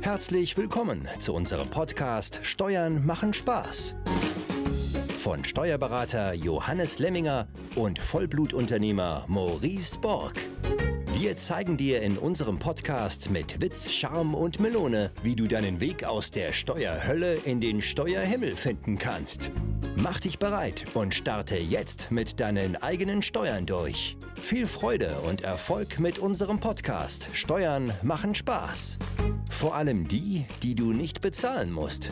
Herzlich willkommen zu unserem Podcast Steuern machen Spaß. Von Steuerberater Johannes Lemminger und Vollblutunternehmer Maurice Borg. Wir zeigen dir in unserem Podcast mit Witz, Charme und Melone, wie du deinen Weg aus der Steuerhölle in den Steuerhimmel finden kannst. Mach dich bereit und starte jetzt mit deinen eigenen Steuern durch. Viel Freude und Erfolg mit unserem Podcast Steuern machen Spaß. Vor allem die, die du nicht bezahlen musst.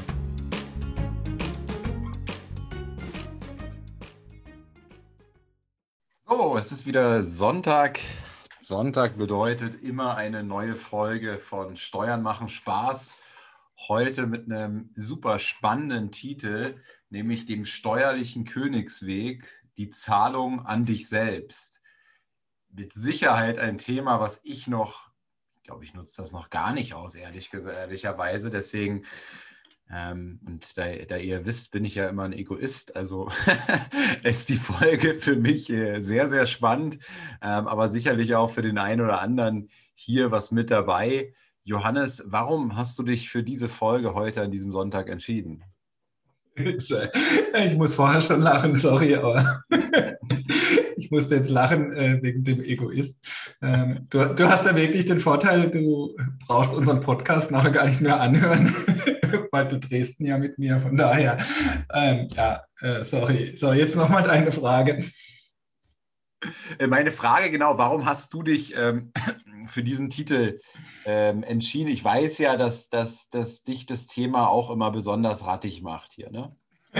So, es ist wieder Sonntag. Sonntag bedeutet immer eine neue Folge von Steuern machen Spaß. Heute mit einem super spannenden Titel, nämlich dem steuerlichen Königsweg, die Zahlung an dich selbst. Mit Sicherheit ein Thema, was ich glaube, ich nutze das noch gar nicht aus, ehrlicherweise. Deswegen, und da ihr wisst, bin ich ja immer ein Egoist, also ist die Folge für mich sehr, sehr spannend, aber sicherlich auch für den einen oder anderen hier was mit dabei. Johannes, warum hast du dich für diese Folge heute an diesem Sonntag entschieden? Ich muss vorher schon lachen, sorry, aber ich musste jetzt lachen wegen dem Egoist. Du hast ja wirklich den Vorteil, du brauchst unseren Podcast nachher gar nicht mehr anhören, weil du drehst ihn ja mit mir, von daher, sorry. So, jetzt nochmal deine Frage. Meine Frage genau, warum hast du dich für diesen Titel entschieden? Ich weiß ja, dass dich das Thema auch immer besonders rattig macht hier, ne?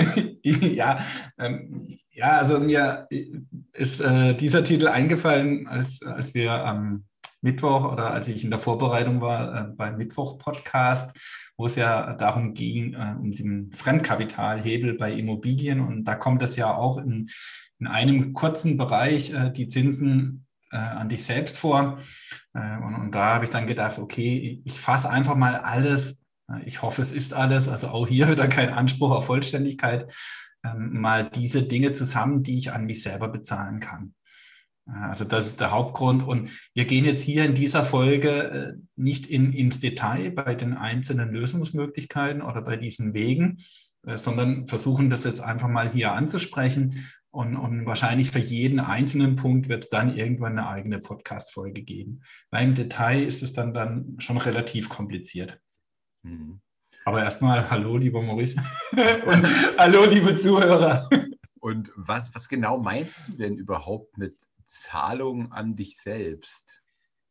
Also mir ist dieser Titel eingefallen, als wir am Mittwoch oder als ich in der Vorbereitung war beim Mittwoch-Podcast, wo es ja darum ging, um den Fremdkapitalhebel bei Immobilien. Und da kommt es ja auch in einem kurzen Bereich die Zinsen an dich selbst vor. Und da habe ich dann gedacht, okay, ich fasse einfach mal alles. Ich hoffe, es ist alles, also auch hier wieder kein Anspruch auf Vollständigkeit, mal diese Dinge zusammen, die ich an mich selber bezahlen kann. Also das ist der Hauptgrund. Und wir gehen jetzt hier in dieser Folge nicht ins Detail bei den einzelnen Lösungsmöglichkeiten oder bei diesen Wegen, sondern versuchen das jetzt einfach mal hier anzusprechen. Und wahrscheinlich für jeden einzelnen Punkt wird es dann irgendwann eine eigene Podcast-Folge geben. Weil im Detail ist es dann schon relativ kompliziert. Aber erstmal hallo, lieber Maurice und hallo, liebe Zuhörer. Und was genau meinst du denn überhaupt mit Zahlung an dich selbst?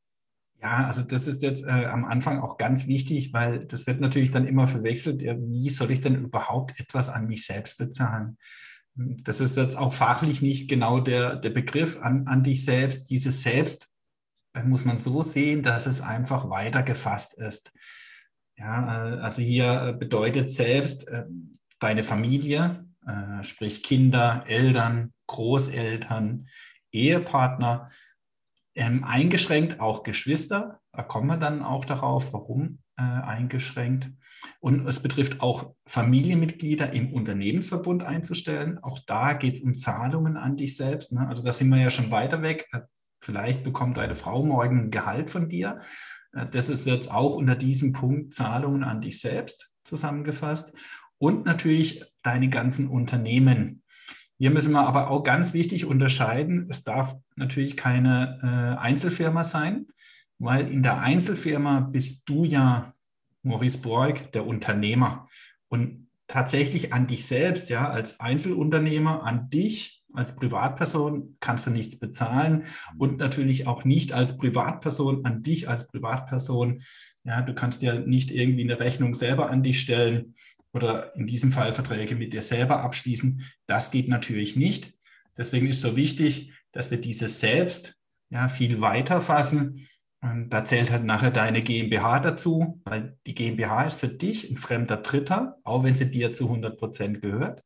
Ja, also das ist jetzt am Anfang auch ganz wichtig, weil das wird natürlich dann immer verwechselt. Wie soll ich denn überhaupt etwas an mich selbst bezahlen? Das ist jetzt auch fachlich nicht genau der Begriff an dich selbst. Dieses Selbst muss man so sehen, dass es einfach weiter gefasst ist. Ja, also hier bedeutet selbst deine Familie, sprich Kinder, Eltern, Großeltern, Ehepartner, eingeschränkt auch Geschwister. Da kommen wir dann auch darauf, warum eingeschränkt. Und es betrifft auch Familienmitglieder im Unternehmensverbund einzustellen. Auch da geht es um Zahlungen an dich selbst. Ne? Also da sind wir ja schon weiter weg. Vielleicht bekommt deine Frau morgen ein Gehalt von dir. Das ist jetzt auch unter diesem Punkt Zahlungen an dich selbst zusammengefasst. Und natürlich deine ganzen Unternehmen. Hier müssen wir aber auch ganz wichtig unterscheiden. Es darf natürlich keine Einzelfirma sein, weil in der Einzelfirma bist du ja, Maurice Borg, der Unternehmer. Und tatsächlich an dich selbst, ja, als Einzelunternehmer, an dich als Privatperson kannst du nichts bezahlen und natürlich auch nicht als Privatperson an dich als Privatperson. Ja, du kannst ja nicht irgendwie eine Rechnung selber an dich stellen oder in diesem Fall Verträge mit dir selber abschließen. Das geht natürlich nicht. Deswegen ist so wichtig, dass wir dieses Selbst viel weiter fassen. Und da zählt halt nachher deine GmbH dazu, weil die GmbH ist für dich ein fremder Dritter, auch wenn sie dir zu 100% gehört.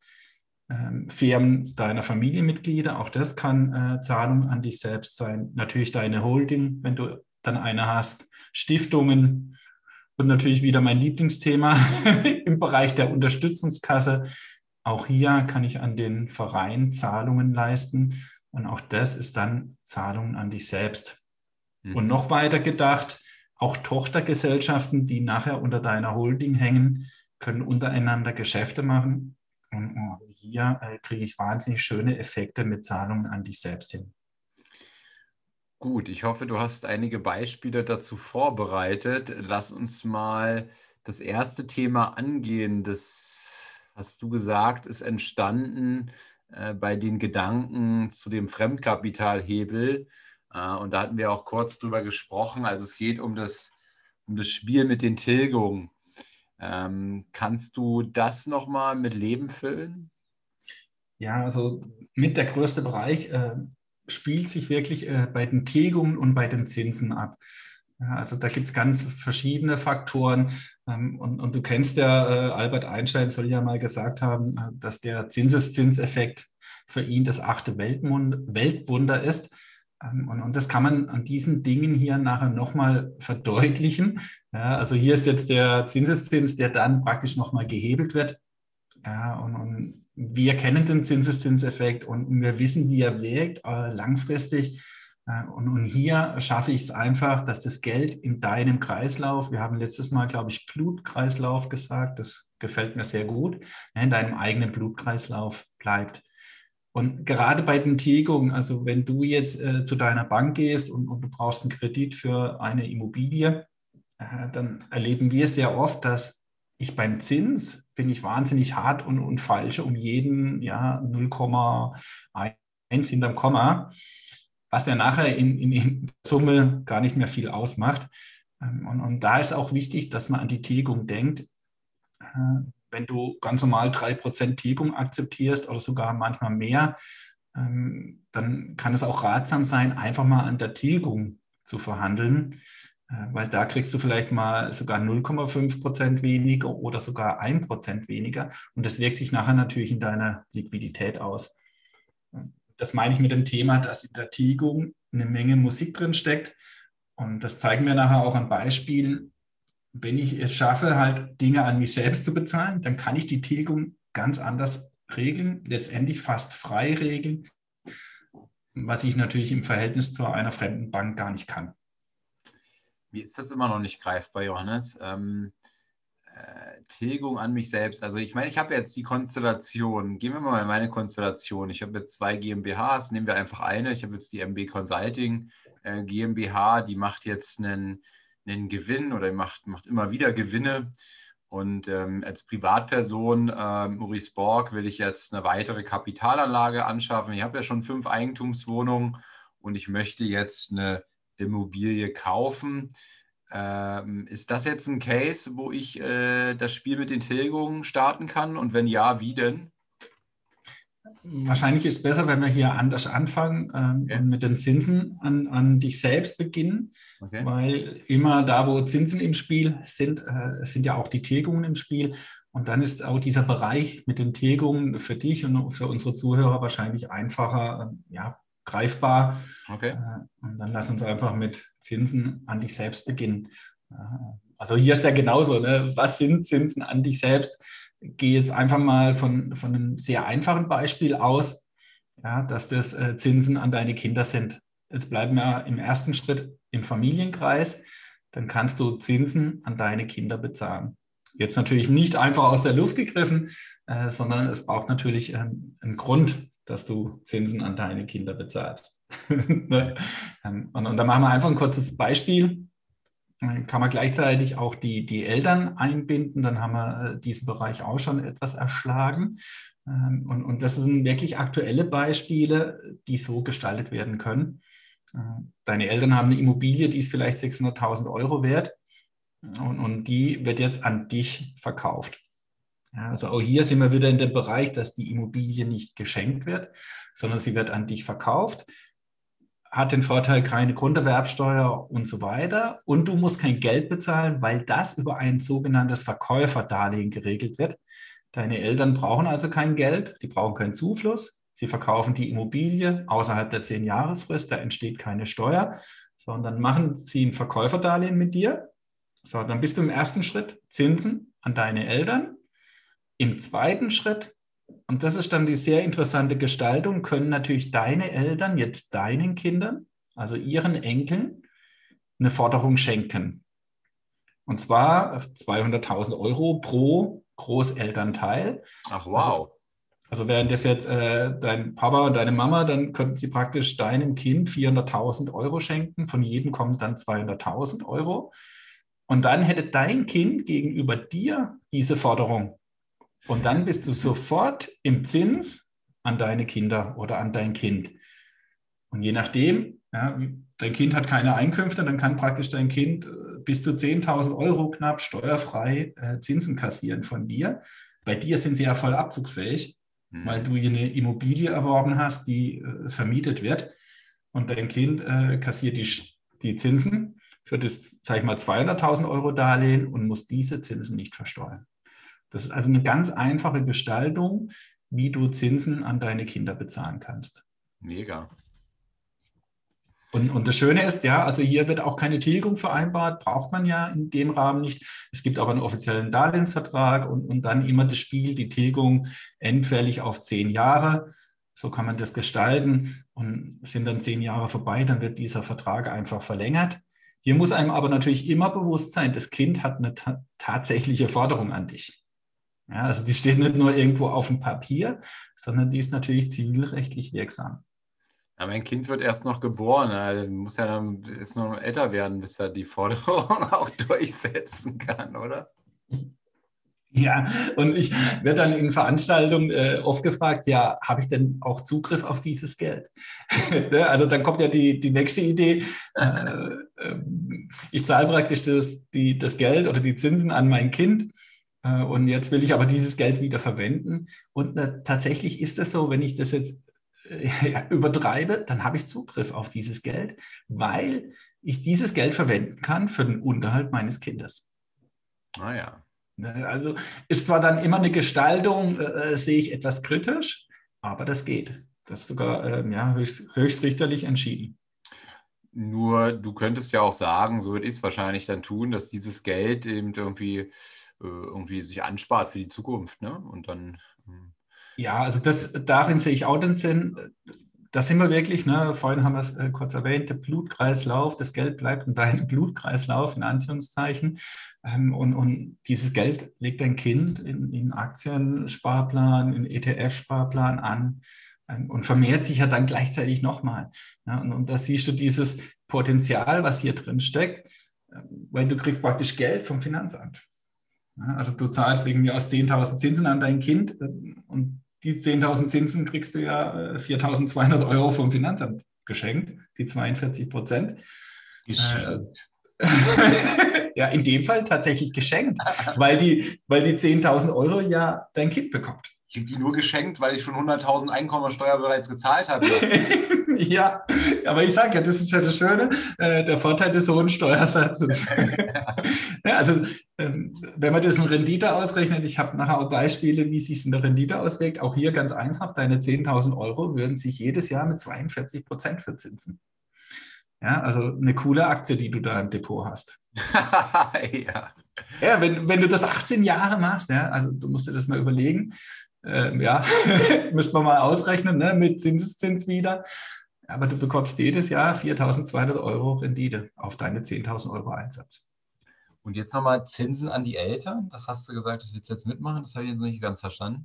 Firmen deiner Familienmitglieder, auch das kann Zahlung an dich selbst sein. Natürlich deine Holding, wenn du dann eine hast, Stiftungen und natürlich wieder mein Lieblingsthema im Bereich der Unterstützungskasse. Auch hier kann ich an den Verein Zahlungen leisten und auch das ist dann Zahlungen an dich selbst. Und noch weiter gedacht, auch Tochtergesellschaften, die nachher unter deiner Holding hängen, können untereinander Geschäfte machen. Und hier kriege ich wahnsinnig schöne Effekte mit Zahlungen an dich selbst hin. Gut, ich hoffe, du hast einige Beispiele dazu vorbereitet. Lass uns mal das erste Thema angehen. Das hast du gesagt, ist entstanden bei den Gedanken zu dem Fremdkapitalhebel. Und da hatten wir auch kurz drüber gesprochen. Also es geht um das Spiel mit den Tilgungen. Kannst du das nochmal mit Leben füllen? Ja, also mit der größte Bereich spielt sich wirklich bei den Tilgungen und bei den Zinsen ab. Ja, also da gibt es ganz verschiedene Faktoren. Und du kennst ja, Albert Einstein soll ja mal gesagt haben, dass der Zinseszinseffekt für ihn das 8. Weltwunder ist. Und das kann man an diesen Dingen hier nachher nochmal verdeutlichen. Ja, also hier ist jetzt der Zinseszins, der dann praktisch nochmal gehebelt wird. Ja, und wir kennen den Zinseszinseffekt und wir wissen, wie er wirkt langfristig. Und hier schaffe ich es einfach, dass das Geld in deinem Kreislauf, wir haben letztes Mal, glaube ich, Blutkreislauf gesagt, das gefällt mir sehr gut, in deinem eigenen Blutkreislauf bleibt. Und gerade bei den Tilgungen, also wenn du jetzt zu deiner Bank gehst und du brauchst einen Kredit für eine Immobilie, dann erleben wir sehr oft, dass ich beim Zins bin ich wahnsinnig hart und falsch um jeden 0,1 hinterm Komma, was ja nachher in Summe gar nicht mehr viel ausmacht. Und da ist auch wichtig, dass man an die Tilgung denkt. Wenn du ganz normal 3% Tilgung akzeptierst oder sogar manchmal mehr, dann kann es auch ratsam sein, einfach mal an der Tilgung zu verhandeln, weil da kriegst du vielleicht mal sogar 0,5% weniger oder sogar 1% weniger und das wirkt sich nachher natürlich in deiner Liquidität aus. Das meine ich mit dem Thema, dass in der Tilgung eine Menge Musik drin steckt und das zeigen wir nachher auch an Beispielen. Wenn ich es schaffe, halt Dinge an mich selbst zu bezahlen, dann kann ich die Tilgung ganz anders regeln, letztendlich fast frei regeln, was ich natürlich im Verhältnis zu einer fremden Bank gar nicht kann. Mir ist das immer noch nicht greifbar, Johannes. Tilgung an mich selbst. Also ich meine, ich habe jetzt die Konstellation. Gehen wir mal in meine Konstellation. Ich habe jetzt 2 GmbHs, nehmen wir einfach eine. Ich habe jetzt die MB Consulting GmbH, die macht jetzt einen Gewinn oder macht immer wieder Gewinne. Und als Privatperson, Maurice Borg, will ich jetzt eine weitere Kapitalanlage anschaffen. Ich habe ja schon 5 Eigentumswohnungen und ich möchte jetzt eine Immobilie kaufen. Ist das jetzt ein Case, wo ich das Spiel mit den Tilgungen starten kann? Und wenn ja, wie denn? Wahrscheinlich ist es besser, wenn wir hier anders anfangen und mit den Zinsen an dich selbst beginnen, weil immer da, wo Zinsen im Spiel sind, sind ja auch die Tilgungen im Spiel. Und dann ist auch dieser Bereich mit den Tilgungen für dich und für unsere Zuhörer wahrscheinlich einfacher greifbar. Okay. Und dann lass uns einfach mit Zinsen an dich selbst beginnen. Also hier ist ja genauso, ne? Was sind Zinsen an dich selbst? Ich gehe jetzt einfach mal von einem sehr einfachen Beispiel aus, ja, dass das Zinsen an deine Kinder sind. Jetzt bleiben wir im ersten Schritt im Familienkreis, dann kannst du Zinsen an deine Kinder bezahlen. Jetzt natürlich nicht einfach aus der Luft gegriffen, sondern es braucht natürlich einen Grund, dass du Zinsen an deine Kinder bezahlst. Und dann machen wir einfach ein kurzes Beispiel. Dann kann man gleichzeitig auch die Eltern einbinden, dann haben wir diesen Bereich auch schon etwas erschlagen. Und das sind wirklich aktuelle Beispiele, die so gestaltet werden können. Deine Eltern haben eine Immobilie, die ist vielleicht 600.000 € wert und die wird jetzt an dich verkauft. Ja, also auch hier sind wir wieder in dem Bereich, dass die Immobilie nicht geschenkt wird, sondern sie wird an dich verkauft. Hat den Vorteil, keine Grunderwerbsteuer und so weiter. Und du musst kein Geld bezahlen, weil das über ein sogenanntes Verkäuferdarlehen geregelt wird. Deine Eltern brauchen also kein Geld, die brauchen keinen Zufluss. Sie verkaufen die Immobilie außerhalb der 10-Jahresfrist, da entsteht keine Steuer, sondern machen sie ein Verkäuferdarlehen mit dir. So, dann bist du im ersten Schritt Zinsen an deine Eltern. Im zweiten Schritt, und das ist dann die sehr interessante Gestaltung, können natürlich deine Eltern jetzt deinen Kindern, also ihren Enkeln, eine Forderung schenken. Und zwar 200.000 Euro pro Großelternteil. Ach, Also, wow. also wären das jetzt dein Papa und deine Mama, dann könnten sie praktisch deinem Kind 400.000 Euro schenken. Von jedem kommen dann 200.000 Euro. Und dann hätte dein Kind gegenüber dir diese Forderung. Und dann bist du sofort im Zins an deine Kinder oder an dein Kind. Und je nachdem, ja, dein Kind hat keine Einkünfte, dann kann praktisch dein Kind bis zu 10.000 Euro knapp steuerfrei Zinsen kassieren von dir. Bei dir sind sie ja voll abzugsfähig, weil du hier eine Immobilie erworben hast, die vermietet wird. Und dein Kind kassiert die Zinsen für das, sag ich mal, 200.000 Euro Darlehen und muss diese Zinsen nicht versteuern. Das ist also eine ganz einfache Gestaltung, wie du Zinsen an deine Kinder bezahlen kannst. Mega. Und das Schöne ist, ja, also hier wird auch keine Tilgung vereinbart, braucht man ja in dem Rahmen nicht. Es gibt aber einen offiziellen Darlehensvertrag und dann immer das Spiel, die Tilgung endfällig auf 10 Jahre. So kann man das gestalten und sind dann 10 Jahre vorbei, dann wird dieser Vertrag einfach verlängert. Hier muss einem aber natürlich immer bewusst sein, das Kind hat eine tatsächliche Forderung an dich. Ja, also die steht nicht nur irgendwo auf dem Papier, sondern die ist natürlich zivilrechtlich wirksam. Ja, mein Kind wird erst noch geboren. Er muss ja dann erst noch älter werden, bis er die Forderung auch durchsetzen kann, oder? Ja, und ich werde dann in Veranstaltungen oft gefragt, ja, habe ich denn auch Zugriff auf dieses Geld? Also dann kommt ja die nächste Idee. Ich zahle praktisch das Geld oder die Zinsen an mein Kind und jetzt will ich aber dieses Geld wieder verwenden. Und tatsächlich ist es so, wenn ich das jetzt übertreibe, dann habe ich Zugriff auf dieses Geld, weil ich dieses Geld verwenden kann für den Unterhalt meines Kindes. Ah ja. Also ist zwar dann immer eine Gestaltung, sehe ich etwas kritisch, aber das geht. Das ist sogar ja, höchstrichterlich entschieden. Nur du könntest ja auch sagen, so würde ich es wahrscheinlich dann tun, dass dieses Geld eben irgendwie sich anspart für die Zukunft, ne? Und dann. Ja, also darin sehe ich auch den Sinn. Da sind wir wirklich, ne, vorhin haben wir es kurz erwähnt, der Blutkreislauf, das Geld bleibt in deinem Blutkreislauf, in Anführungszeichen. Und dieses Geld legt dein Kind in Aktiensparplan, in ETF-Sparplan an und vermehrt sich ja dann gleichzeitig nochmal. Ja, und da siehst du dieses Potenzial, was hier drin steckt, weil du kriegst praktisch Geld vom Finanzamt. Ja, also du zahlst wegen mir aus 10.000 Zinsen an dein Kind und die 10.000 Zinsen kriegst du ja 4.200 Euro vom Finanzamt geschenkt, die 42%. Geschenkt. Ja, in dem Fall tatsächlich geschenkt, weil die 10.000 Euro ja dein Kind bekommt. Ich kriege die nur geschenkt, weil ich schon 100.000 Einkommensteuer bereits gezahlt habe. Ja, aber ich sage ja, das ist ja das Schöne, der Vorteil des hohen Steuersatzes. Ja, also wenn man das in Rendite ausrechnet, ich habe nachher auch Beispiele, wie sich es in der Rendite auswirkt, auch hier ganz einfach, deine 10.000 Euro würden sich jedes Jahr mit 42% verzinsen. Ja, also eine coole Aktie, die du da im Depot hast. Ja. Ja, wenn du das 18 Jahre machst, ja, also du musst dir das mal überlegen, ja, müsste man mal ausrechnen, ne, mit Zinseszins wieder. Aber du bekommst jedes Jahr 4.200 Euro Rendite auf deine 10.000 Euro Einsatz. Und jetzt nochmal Zinsen an die Eltern. Das hast du gesagt, das willst du jetzt mitmachen. Das habe ich jetzt noch nicht ganz verstanden.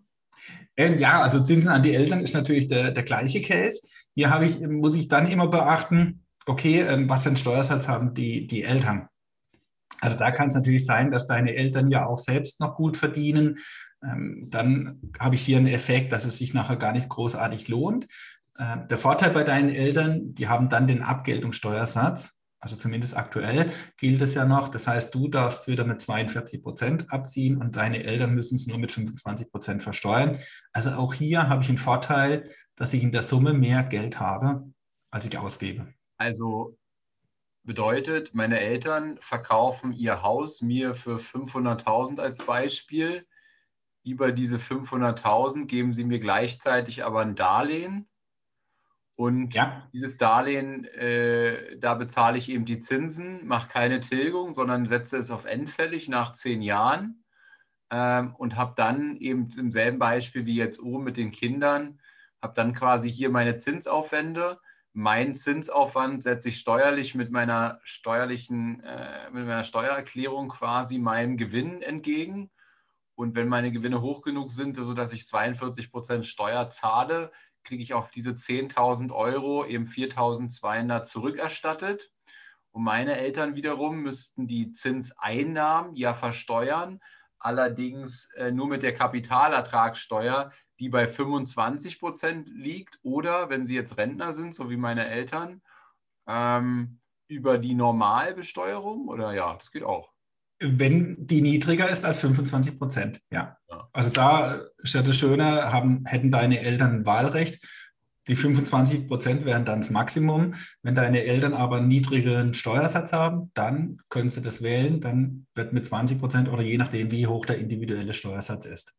Ja, also Zinsen an die Eltern ist natürlich der gleiche Case. Hier muss ich dann immer beachten, okay, was für einen Steuersatz haben die Eltern? Also da kann es natürlich sein, dass deine Eltern ja auch selbst noch gut verdienen. Dann habe ich hier einen Effekt, dass es sich nachher gar nicht großartig lohnt. Der Vorteil bei deinen Eltern, die haben dann den Abgeltungssteuersatz. Also zumindest aktuell gilt es ja noch. Das heißt, du darfst wieder mit 42% abziehen und deine Eltern müssen es nur mit 25% versteuern. Also auch hier habe ich einen Vorteil, dass ich in der Summe mehr Geld habe, als ich ausgebe. Also bedeutet, meine Eltern verkaufen ihr Haus mir für 500.000 als Beispiel. Über diese 500.000 geben sie mir gleichzeitig aber ein Darlehen. Und ja, dieses Darlehen, da bezahle ich eben die Zinsen, mache keine Tilgung, sondern setze es auf endfällig nach 10 Jahren und habe dann eben im selben Beispiel wie jetzt oben mit den Kindern, habe dann quasi hier meine Zinsaufwände, Meinen Zinsaufwand setze ich steuerlich mit meiner Steuererklärung quasi meinem Gewinn entgegen. Und wenn meine Gewinne hoch genug sind, sodass ich 42% Steuer zahle, kriege ich auf diese 10.000 Euro eben 4.200 zurückerstattet. Und meine Eltern wiederum müssten die Zinseinnahmen ja versteuern, allerdings nur mit der Kapitalertragssteuer, die bei 25% liegt, oder wenn sie jetzt Rentner sind, so wie meine Eltern, über die Normalbesteuerung, oder ja, das geht auch. Wenn die niedriger ist als 25%, ja. Ja. Also da ist ja das Schöne, hätten deine Eltern ein Wahlrecht. Die 25% wären dann das Maximum. Wenn deine Eltern aber einen niedrigeren Steuersatz haben, dann können sie das wählen. Dann wird mit 20% oder je nachdem, wie hoch der individuelle Steuersatz ist.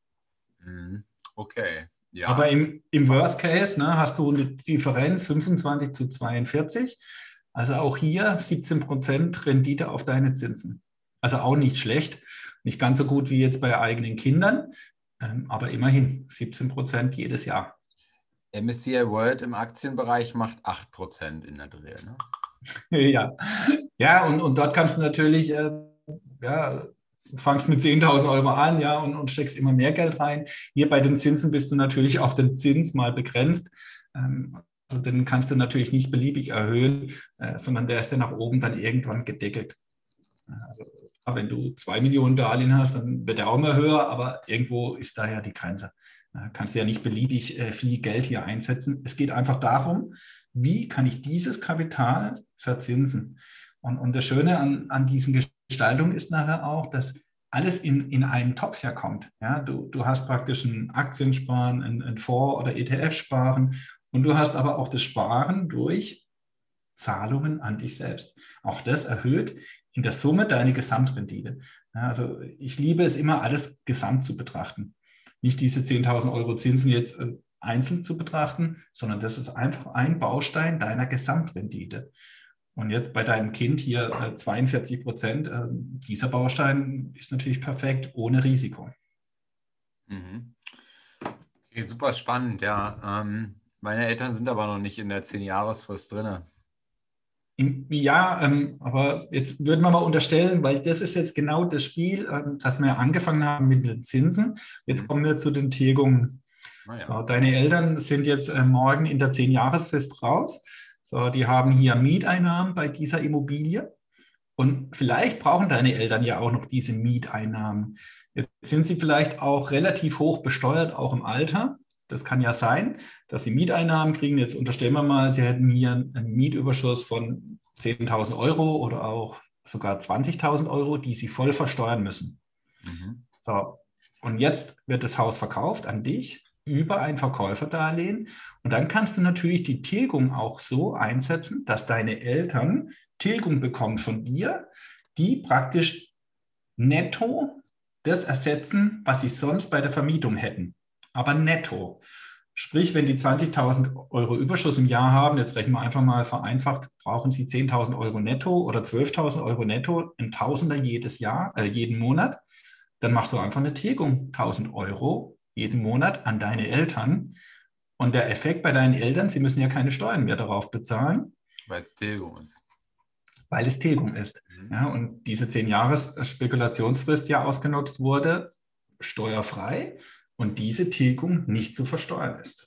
Okay, ja. Aber im Worst Case, ne, hast du eine Differenz 25:42. Also auch hier 17% Rendite auf deine Zinsen. Also auch nicht schlecht. Nicht ganz so gut wie jetzt bei eigenen Kindern, aber immerhin 17% jedes Jahr. MSCI World im Aktienbereich macht 8% in der Dreh, ne? Ja, ja, und dort kannst du natürlich, ja, fangst mit 10.000 Euro an, ja, und steckst immer mehr Geld rein. Hier bei den Zinsen bist du natürlich auf den Zins mal begrenzt. Also den kannst du natürlich nicht beliebig erhöhen, sondern der ist dann nach oben dann irgendwann gedeckelt. Also, wenn du 2 Millionen Darlehen hast, dann wird der auch mal höher, aber irgendwo ist daher die Grenze. Kannst du ja nicht beliebig viel Geld hier einsetzen. Es geht einfach darum, wie kann ich dieses Kapital verzinsen? Und das Schöne an diesen Gestaltungen ist nachher auch, dass alles in einen Topf herkommt. Ja, du hast praktisch ein Aktiensparen, ein Fonds- oder ETF-Sparen und du hast aber auch das Sparen durch Zahlungen an dich selbst. Auch das erhöht in der Summe deine Gesamtrendite. Ja, also ich liebe es immer, alles gesamt zu betrachten. Nicht diese 10.000 Euro Zinsen jetzt einzeln zu betrachten, sondern das ist einfach ein Baustein deiner Gesamtrendite. Und jetzt bei deinem Kind hier 42%, dieser Baustein ist natürlich perfekt, ohne Risiko. Okay, super spannend, ja. Meine Eltern sind aber noch nicht in der 10-Jahresfrist drin. Ja, aber jetzt würden wir mal unterstellen, weil das ist jetzt genau das Spiel, das wir angefangen haben mit den Zinsen. Jetzt kommen wir zu den Tilgungen. Naja. Deine Eltern sind jetzt morgen in der 10-Jahresfrist raus. So, die haben hier Mieteinnahmen bei dieser Immobilie. Und vielleicht brauchen deine Eltern ja auch noch diese Mieteinnahmen. Jetzt sind sie vielleicht auch relativ hoch besteuert, auch im Alter. Das kann ja sein, dass sie Mieteinnahmen kriegen. Jetzt unterstellen wir mal, sie hätten hier einen Mietüberschuss von 10.000 Euro oder auch sogar 20.000 Euro, die sie voll versteuern müssen. So, und jetzt wird das Haus verkauft an dich über ein Verkäuferdarlehen. Und dann kannst du natürlich die Tilgung auch so einsetzen, dass deine Eltern Tilgung bekommen von dir, die praktisch netto das ersetzen, was sie sonst bei der Vermietung hätten. Aber netto. Sprich, wenn die 20.000 Euro Überschuss im Jahr haben, jetzt rechnen wir einfach mal vereinfacht, brauchen sie 10.000 Euro netto oder 12.000 Euro netto, ein Tausender jeden Monat, dann machst du einfach eine Tilgung, 1.000 Euro jeden Monat an deine Eltern. Und der Effekt bei deinen Eltern, sie müssen ja keine Steuern mehr darauf bezahlen. Weil es Tilgung ist. Weil es Tilgung ist. Ja, und diese 10-Jahres-Spekulationsfrist ja ausgenutzt wurde, steuerfrei und diese Tilgung nicht zu versteuern ist.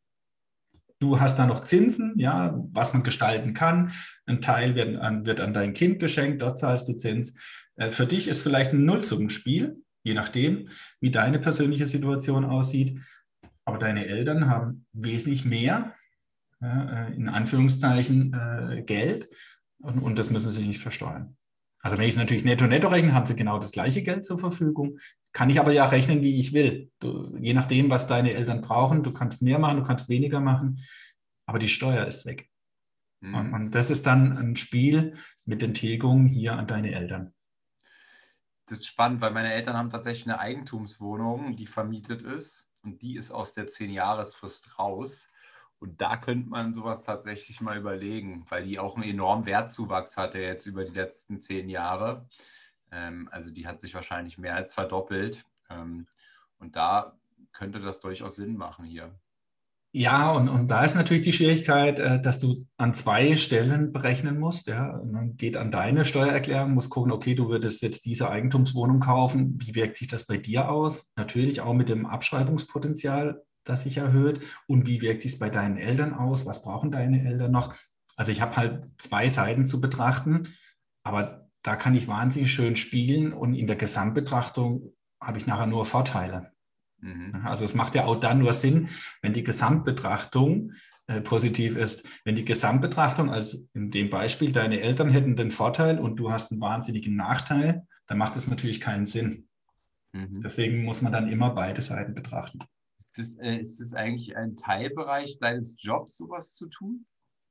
Du hast da noch Zinsen, ja, was man gestalten kann. Ein Teil wird an dein Kind geschenkt, dort zahlst du Zins. Für dich ist vielleicht ein Nullsummenspiel, je nachdem, wie deine persönliche Situation aussieht. Aber deine Eltern haben wesentlich mehr, in Anführungszeichen, Geld und das müssen sie nicht versteuern. Also wenn ich es natürlich netto rechne, haben sie genau das gleiche Geld zur Verfügung. Kann ich aber ja rechnen, wie ich will. Je nachdem, was deine Eltern brauchen, du kannst mehr machen, du kannst weniger machen, aber die Steuer ist weg. Und das ist dann ein Spiel mit den Tilgungen hier an deine Eltern. Das ist spannend, weil meine Eltern haben tatsächlich eine Eigentumswohnung, die vermietet ist und die ist aus der 10-Jahresfrist raus. Und da könnte man sowas tatsächlich mal überlegen, weil die auch einen enormen Wertzuwachs hatte jetzt über die letzten 10 Jahre. Also die hat sich wahrscheinlich mehr als verdoppelt. Und da könnte das durchaus Sinn machen hier. Ja, und da ist natürlich die Schwierigkeit, dass du an zwei Stellen berechnen musst. Ja. Und man geht an deine Steuererklärung, muss gucken, okay, du würdest jetzt diese Eigentumswohnung kaufen. Wie wirkt sich das bei dir aus? Natürlich auch mit dem Abschreibungspotenzial, das sich erhöht. Und wie wirkt sich es bei deinen Eltern aus? Was brauchen deine Eltern noch? Also ich habe halt zwei Seiten zu betrachten, aber da kann ich wahnsinnig schön spielen und in der Gesamtbetrachtung habe ich nachher nur Vorteile. Mhm. Also es macht ja auch dann nur Sinn, wenn die Gesamtbetrachtung positiv ist. Wenn die Gesamtbetrachtung, also in dem Beispiel, deine Eltern hätten den Vorteil und du hast einen wahnsinnigen Nachteil, dann macht es natürlich keinen Sinn. Mhm. Deswegen muss man dann immer beide Seiten betrachten. Ist das eigentlich ein Teilbereich deines Jobs, sowas zu tun?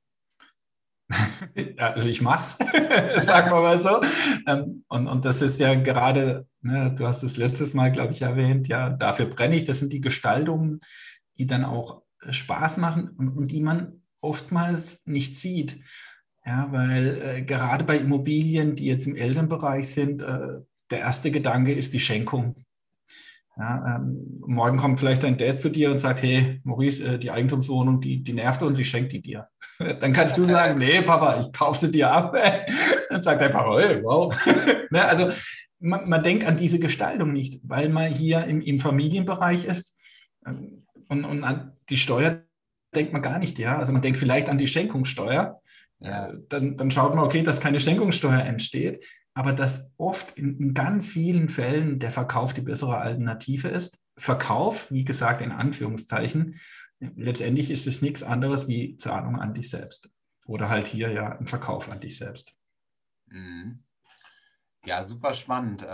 Also ich mache es, sagen wir mal so. Und das ist ja gerade, ne, du hast es letztes Mal, glaube ich, erwähnt, ja, dafür brenne ich. Das sind die Gestaltungen, die dann auch Spaß machen und die man oftmals nicht sieht. Ja, weil gerade bei Immobilien, die jetzt im Elternbereich sind, der erste Gedanke ist die Schenkung. Ja, morgen kommt vielleicht dein Dad zu dir und sagt, hey, Maurice, die Eigentumswohnung, die nervt uns, ich schenke die dir. Dann kannst du sagen, nee, Papa, ich kaufe sie dir ab. Dann sagt dein Papa, hey, wow. Ne, also man denkt an diese Gestaltung nicht, weil man hier im Familienbereich ist und an die Steuer denkt man gar nicht. Ja? Also man denkt vielleicht an die Schenkungssteuer. Ja. Dann schaut man, okay, dass keine Schenkungssteuer entsteht, aber dass oft in ganz vielen Fällen der Verkauf die bessere Alternative ist. Verkauf, wie gesagt, in Anführungszeichen, letztendlich ist es nichts anderes wie Zahlung an dich selbst. Oder halt hier ja ein Verkauf an dich selbst. Mhm. Ja, super spannend.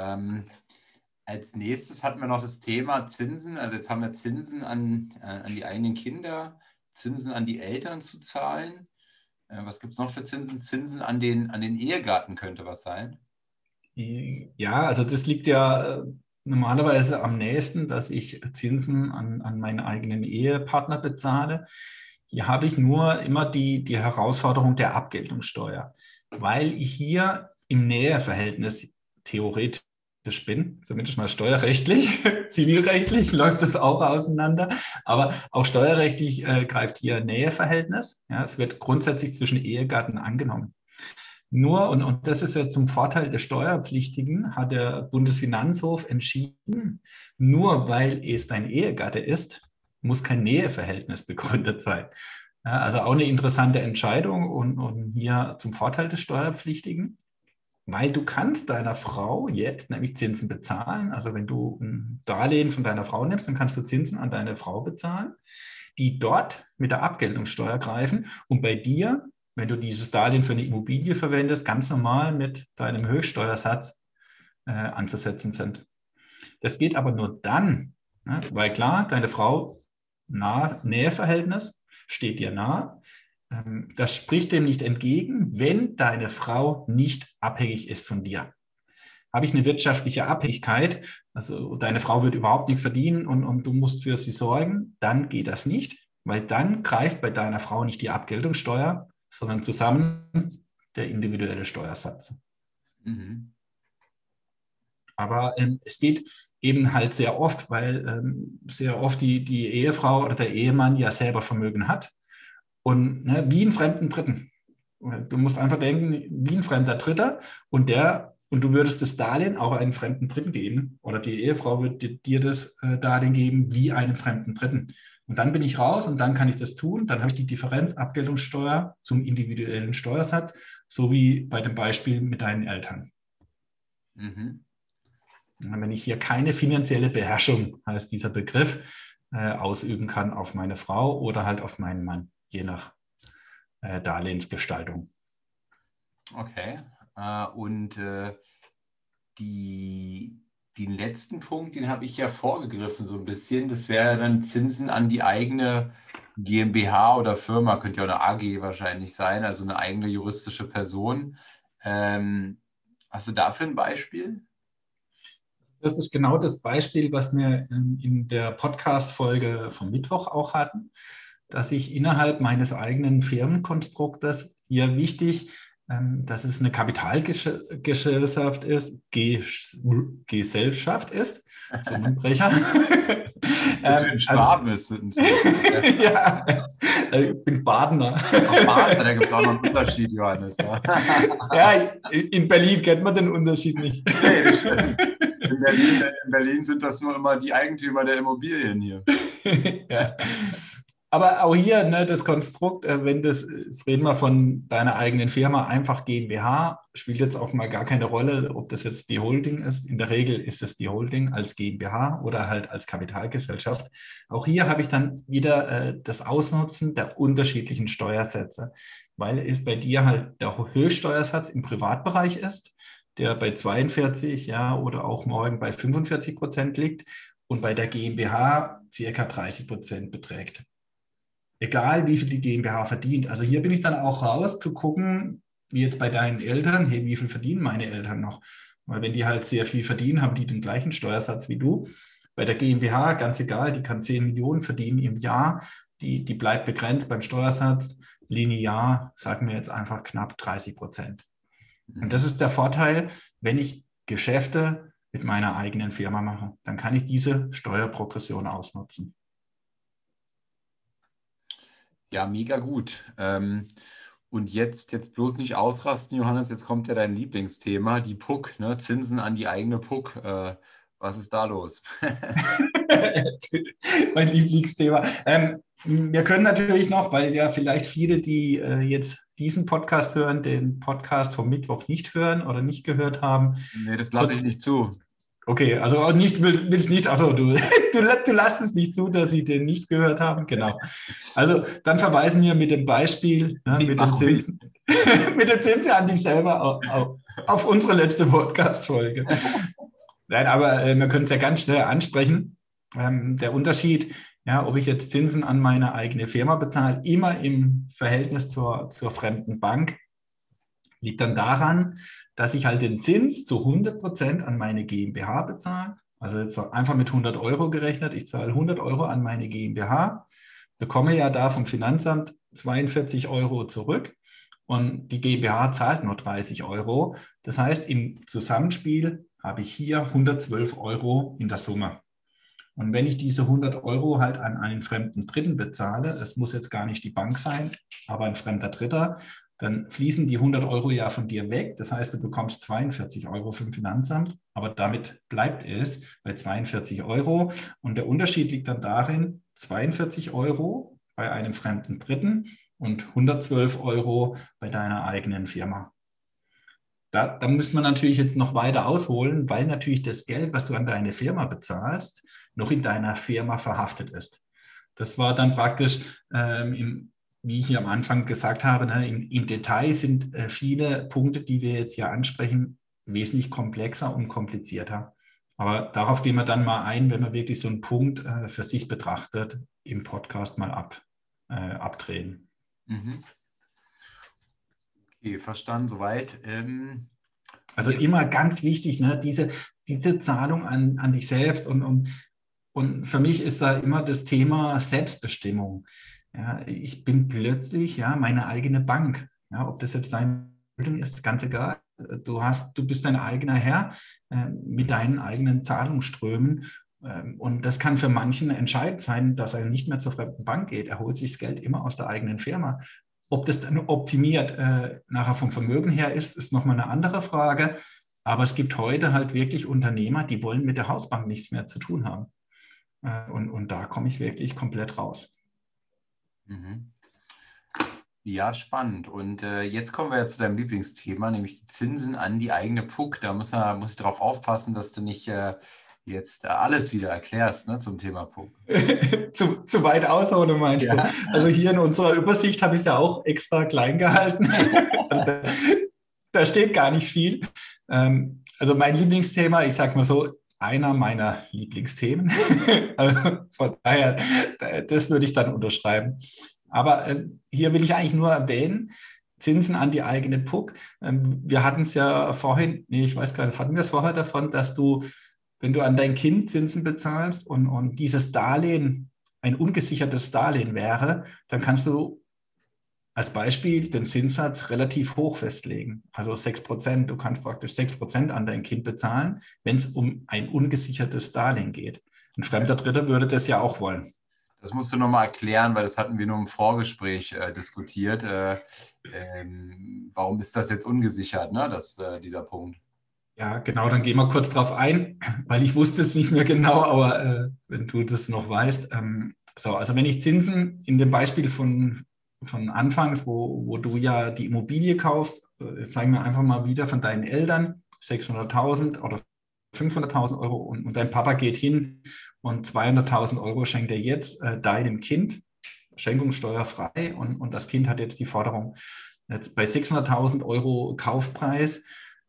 Als nächstes hatten wir noch das Thema Zinsen. Also jetzt haben wir Zinsen an die eigenen Kinder, Zinsen an die Eltern zu zahlen. Was gibt es noch für Zinsen? Zinsen an den Ehegatten könnte was sein. Ja, also das liegt ja normalerweise am nächsten, dass ich Zinsen an meinen eigenen Ehepartner bezahle. Hier habe ich nur immer die Herausforderung der Abgeltungssteuer, weil ich hier im Näheverhältnis theoretisch bin, zumindest mal steuerrechtlich. Zivilrechtlich läuft es auch auseinander, aber auch steuerrechtlich greift hier Näheverhältnis. Ja, es wird grundsätzlich zwischen Ehegatten angenommen. Nur, und das ist ja zum Vorteil der Steuerpflichtigen, hat der Bundesfinanzhof entschieden, nur weil es dein Ehegatte ist, muss kein Näheverhältnis begründet sein. Ja, also auch eine interessante Entscheidung und hier zum Vorteil des Steuerpflichtigen, weil du kannst deiner Frau jetzt nämlich Zinsen bezahlen. Also wenn du ein Darlehen von deiner Frau nimmst, dann kannst du Zinsen an deine Frau bezahlen, die dort mit der Abgeltungssteuer greifen und bei dir, wenn du dieses Darlehen für eine Immobilie verwendest, ganz normal mit deinem Höchststeuersatz anzusetzen sind. Das geht aber nur dann, ne, weil klar, deine Frau Näheverhältnis steht dir nah. Das spricht dem nicht entgegen, wenn deine Frau nicht abhängig ist von dir. Habe ich eine wirtschaftliche Abhängigkeit, also deine Frau wird überhaupt nichts verdienen und du musst für sie sorgen, dann geht das nicht, weil dann greift bei deiner Frau nicht die Abgeltungssteuer, sondern zusammen der individuelle Steuersatz. Mhm. Aber es geht eben halt sehr oft, weil sehr oft die Ehefrau oder der Ehemann ja selber Vermögen hat und ne, wie einen fremden Dritten. Du musst einfach denken, wie ein fremder Dritter und du würdest das Darlehen auch einem fremden Dritten geben oder die Ehefrau würde dir das Darlehen geben wie einem fremden Dritten. Und dann bin ich raus und dann kann ich das tun. Dann habe ich die Differenz Abgeltungssteuer zum individuellen Steuersatz, so wie bei dem Beispiel mit deinen Eltern. Mhm. Wenn ich hier keine finanzielle Beherrschung, heißt dieser Begriff, ausüben kann auf meine Frau oder halt auf meinen Mann, je nach Darlehensgestaltung. Okay. Und den letzten Punkt, den habe ich ja vorgegriffen so ein bisschen. Das wäre dann Zinsen an die eigene GmbH oder Firma, könnte ja auch eine AG wahrscheinlich sein, also eine eigene juristische Person. Hast du dafür ein Beispiel? Das ist genau das Beispiel, was wir in der Podcast-Folge vom Mittwoch auch hatten, dass ich innerhalb meines eigenen Firmenkonstruktes hier wichtig dass es eine Kapitalgesellschaft ist, Gesellschaft ist, Zungenbrecher. In Schwaben ist es. Ja, ich bin Badener. Baden, da gibt es auch noch einen Unterschied, Johannes. Ja, in Berlin kennt man den Unterschied nicht. Nee, das stimmt. In Berlin sind das nur immer die Eigentümer der Immobilien hier. Ja. Aber auch hier, ne, das Konstrukt, jetzt reden wir von deiner eigenen Firma, einfach GmbH, spielt jetzt auch mal gar keine Rolle, ob das jetzt die Holding ist. In der Regel ist es die Holding als GmbH oder halt als Kapitalgesellschaft. Auch hier habe ich dann wieder das Ausnutzen der unterschiedlichen Steuersätze, weil es bei dir halt der Höchststeuersatz im Privatbereich ist, der bei 42, ja, oder auch morgen bei 45% liegt und bei der GmbH circa 30% beträgt. Egal, wie viel die GmbH verdient. Also hier bin ich dann auch raus zu gucken, wie jetzt bei deinen Eltern, hey, wie viel verdienen meine Eltern noch? Weil wenn die halt sehr viel verdienen, haben die den gleichen Steuersatz wie du. Bei der GmbH, ganz egal, die kann 10 Millionen verdienen im Jahr, die bleibt begrenzt beim Steuersatz, linear, sagen wir jetzt einfach knapp 30%. Und das ist der Vorteil, wenn ich Geschäfte mit meiner eigenen Firma mache, dann kann ich diese Steuerprogression ausnutzen. Ja, mega gut. Und jetzt bloß nicht ausrasten, Johannes, jetzt kommt ja dein Lieblingsthema, die PUK, ne? Zinsen an die eigene PUK. Was ist da los? Mein Lieblingsthema. Wir können natürlich noch, weil ja vielleicht viele, die jetzt diesen Podcast hören, den Podcast vom Mittwoch nicht hören oder nicht gehört haben. Nee, das lasse ich nicht zu. Okay, also willst nicht, also du lässt es nicht zu, dass sie den nicht gehört haben, genau. Also dann verweisen wir mit dem Beispiel, mit den Zinsen an dich selber auf unsere letzte Podcast-Folge. Nein, aber wir können es ja ganz schnell ansprechen. Der Unterschied, ja, ob ich jetzt Zinsen an meine eigene Firma bezahle, immer im Verhältnis zur fremden Bank, liegt dann daran, dass ich halt den Zins zu 100% an meine GmbH bezahle. Also jetzt einfach mit 100 Euro gerechnet. Ich zahle 100 Euro an meine GmbH, bekomme ja da vom Finanzamt 42 Euro zurück und die GmbH zahlt nur 30 Euro. Das heißt, im Zusammenspiel habe ich hier 112 Euro in der Summe. Und wenn ich diese 100 Euro halt an einen fremden Dritten bezahle, das muss jetzt gar nicht die Bank sein, aber ein fremder Dritter, dann fließen die 100 Euro ja von dir weg. Das heißt, du bekommst 42 Euro vom Finanzamt, aber damit bleibt es bei 42 Euro. Und der Unterschied liegt dann darin, 42 Euro bei einem fremden Dritten und 112 Euro bei deiner eigenen Firma. Da muss man natürlich jetzt noch weiter ausholen, weil natürlich das Geld, was du an deine Firma bezahlst, noch in deiner Firma verhaftet ist. Das war dann praktisch wie ich hier am Anfang gesagt habe, im Detail sind viele Punkte, die wir jetzt hier ansprechen, wesentlich komplexer und komplizierter. Aber darauf gehen wir dann mal ein, wenn wir wirklich so einen Punkt für sich betrachtet im Podcast mal abdrehen. Mhm. Okay, verstanden soweit. Also immer ganz wichtig, ne, diese Zahlung an dich selbst und für mich ist da immer das Thema Selbstbestimmung. Ja, ich bin plötzlich meine eigene Bank. Ja, ob das jetzt dein Holding ist, ganz egal. Du bist dein eigener Herr mit deinen eigenen Zahlungsströmen. Und das kann für manchen entscheidend sein, dass er nicht mehr zur fremden Bank geht. Er holt sich das Geld immer aus der eigenen Firma. Ob das dann optimiert nachher vom Vermögen her ist nochmal eine andere Frage. Aber es gibt heute halt wirklich Unternehmer, die wollen mit der Hausbank nichts mehr zu tun haben. Und da komme ich wirklich komplett raus. Ja, spannend. Und jetzt kommen wir zu deinem Lieblingsthema, nämlich die Zinsen an die eigene PUK. Da muss ich darauf aufpassen, dass du nicht jetzt alles wieder erklärst, ne, zum Thema PUK. zu weit ausholen, meinst du? Also hier in unserer Übersicht habe ich es ja auch extra klein gehalten. Also da steht gar nicht viel. Also mein Lieblingsthema, ich sage mal so, einer meiner Lieblingsthemen. Also von daher, das würde ich dann unterschreiben. Aber hier will ich eigentlich nur erwähnen, Zinsen an die eigene PUK. Wir hatten es ja vorhin, ich weiß gar nicht, hatten wir es vorher davon, dass du, wenn du an dein Kind Zinsen bezahlst und dieses Darlehen ein ungesichertes Darlehen wäre, dann kannst du als Beispiel den Zinssatz relativ hoch festlegen, also 6%. Du kannst praktisch 6% an dein Kind bezahlen, wenn es um ein ungesichertes Darlehen geht. Ein fremder Dritter würde das ja auch wollen. Das musst du nochmal erklären, weil das hatten wir nur im Vorgespräch diskutiert. Warum ist das jetzt ungesichert, ne? Dieser Punkt? Ja, genau, dann gehen wir kurz drauf ein, weil ich wusste es nicht mehr genau, aber wenn du das noch weißt. Also wenn ich Zinsen in dem Beispiel von anfangs, wo du ja die Immobilie kaufst, jetzt sagen wir einfach mal wieder von deinen Eltern, 600.000 oder 500.000 Euro und dein Papa geht hin und 200.000 Euro schenkt er jetzt deinem Kind, schenkungssteuerfrei und das Kind hat jetzt die Forderung, jetzt bei 600.000 Euro Kaufpreis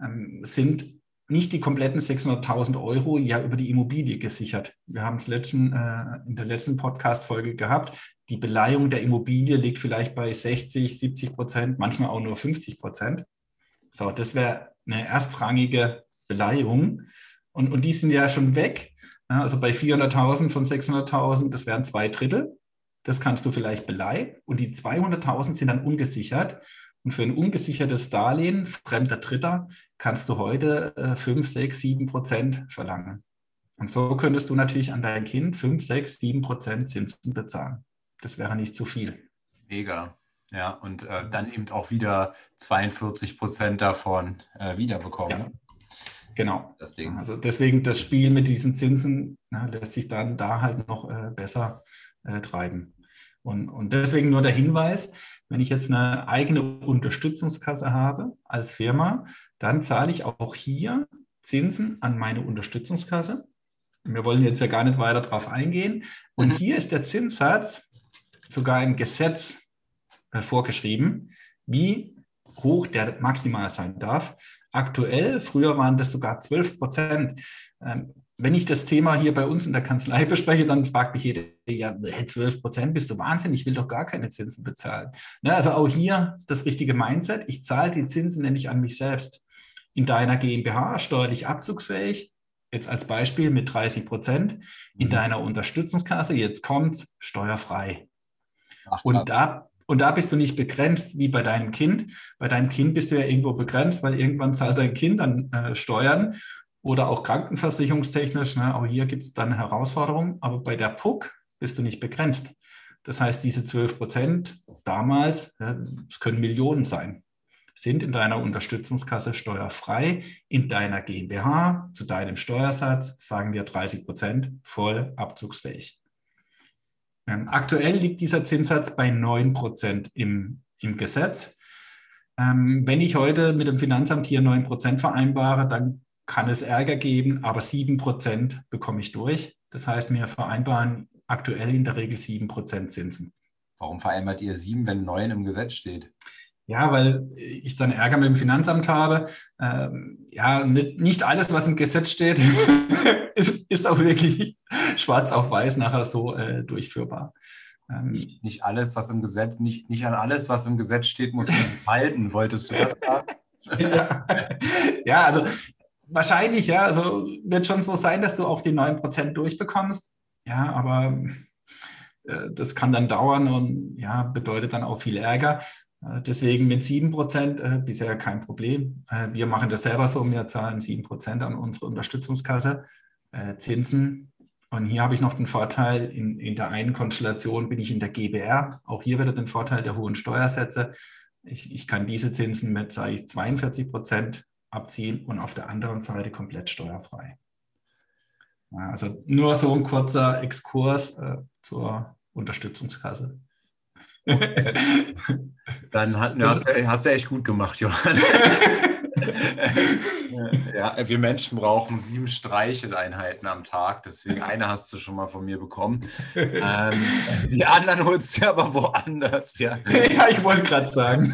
sind nicht die kompletten 600.000 Euro ja über die Immobilie gesichert. Wir haben es in der letzten Podcast-Folge gehabt. Die Beleihung der Immobilie liegt vielleicht bei 60, 70%, manchmal auch nur 50%. So, das wäre eine erstrangige Beleihung. Und die sind ja schon weg. Ja, also bei 400.000 von 600.000, das wären 2/3. Das kannst du vielleicht beleihen. Und die 200.000 sind dann ungesichert. Und für ein ungesichertes Darlehen, fremder Dritter, kannst du heute 5, 6, 7% verlangen. Und so könntest du natürlich an dein Kind 5, 6, 7% Zinsen bezahlen. Das wäre nicht zu viel. Mega. Ja, und dann eben auch wieder 42% davon wiederbekommen. Ja. Genau. Das Ding. Also deswegen das Spiel mit diesen Zinsen lässt sich dann da halt noch besser treiben. Und deswegen nur der Hinweis, wenn ich jetzt eine eigene Unterstützungskasse habe als Firma, dann zahle ich auch hier Zinsen an meine Unterstützungskasse. Wir wollen jetzt ja gar nicht weiter darauf eingehen. Und hier ist der Zinssatz sogar im Gesetz vorgeschrieben, wie hoch der maximal sein darf. Aktuell, früher waren das sogar 12%. Wenn ich das Thema hier bei uns in der Kanzlei bespreche, dann fragt mich jeder, ja, 12%, bist du Wahnsinn, ich will doch gar keine Zinsen bezahlen. Ne, also auch hier das richtige Mindset, ich zahle die Zinsen nämlich an mich selbst. In deiner GmbH steuerlich abzugsfähig, jetzt als Beispiel mit 30%, in deiner Unterstützungskasse, jetzt kommt's, steuerfrei. Ach, und da bist du nicht begrenzt wie bei deinem Kind. Bei deinem Kind bist du ja irgendwo begrenzt, weil irgendwann zahlt dein Kind dann Steuern oder auch krankenversicherungstechnisch. Ne? Auch hier gibt es dann Herausforderungen. Aber bei der PUK bist du nicht begrenzt. Das heißt, diese 12% damals, es können Millionen sein, sind in deiner Unterstützungskasse steuerfrei. In deiner GmbH zu deinem Steuersatz sagen wir 30% voll abzugsfähig. Aktuell liegt dieser Zinssatz bei 9% im Gesetz. Wenn ich heute mit dem Finanzamt hier 9% vereinbare, dann kann es Ärger geben, aber 7% bekomme ich durch. Das heißt, wir vereinbaren aktuell in der Regel 7% Zinsen. Warum vereinbart ihr 7, wenn 9 im Gesetz steht? Ja, weil ich dann Ärger mit dem Finanzamt habe. Ja, nicht alles, was im Gesetz steht, ist auch wirklich schwarz auf weiß nachher so durchführbar. Nicht alles, was im Gesetz, nicht an alles, was im Gesetz steht, muss man halten. Wolltest du das sagen? Ja, also wahrscheinlich, ja. Also wird schon so sein, dass du auch die 9% durchbekommst. Ja, aber das kann dann dauern und ja, bedeutet dann auch viel Ärger. Deswegen mit 7% bisher kein Problem. Wir machen das selber so, wir zahlen 7% an unsere Unterstützungskasse, Zinsen. Und hier habe ich noch den Vorteil, in der einen Konstellation bin ich in der GbR. Auch hier wieder den Vorteil der hohen Steuersätze. Ich kann diese Zinsen mit, sage ich, 42% abziehen und auf der anderen Seite komplett steuerfrei. Ja, also nur so ein kurzer Exkurs zur Unterstützungskasse. Dann hast du echt gut gemacht, Johann. Ja, wir Menschen brauchen 7 Streicheleinheiten am Tag, deswegen eine hast du schon mal von mir bekommen. Die anderen holst du aber woanders. Ja, ja, ich wollte gerade sagen.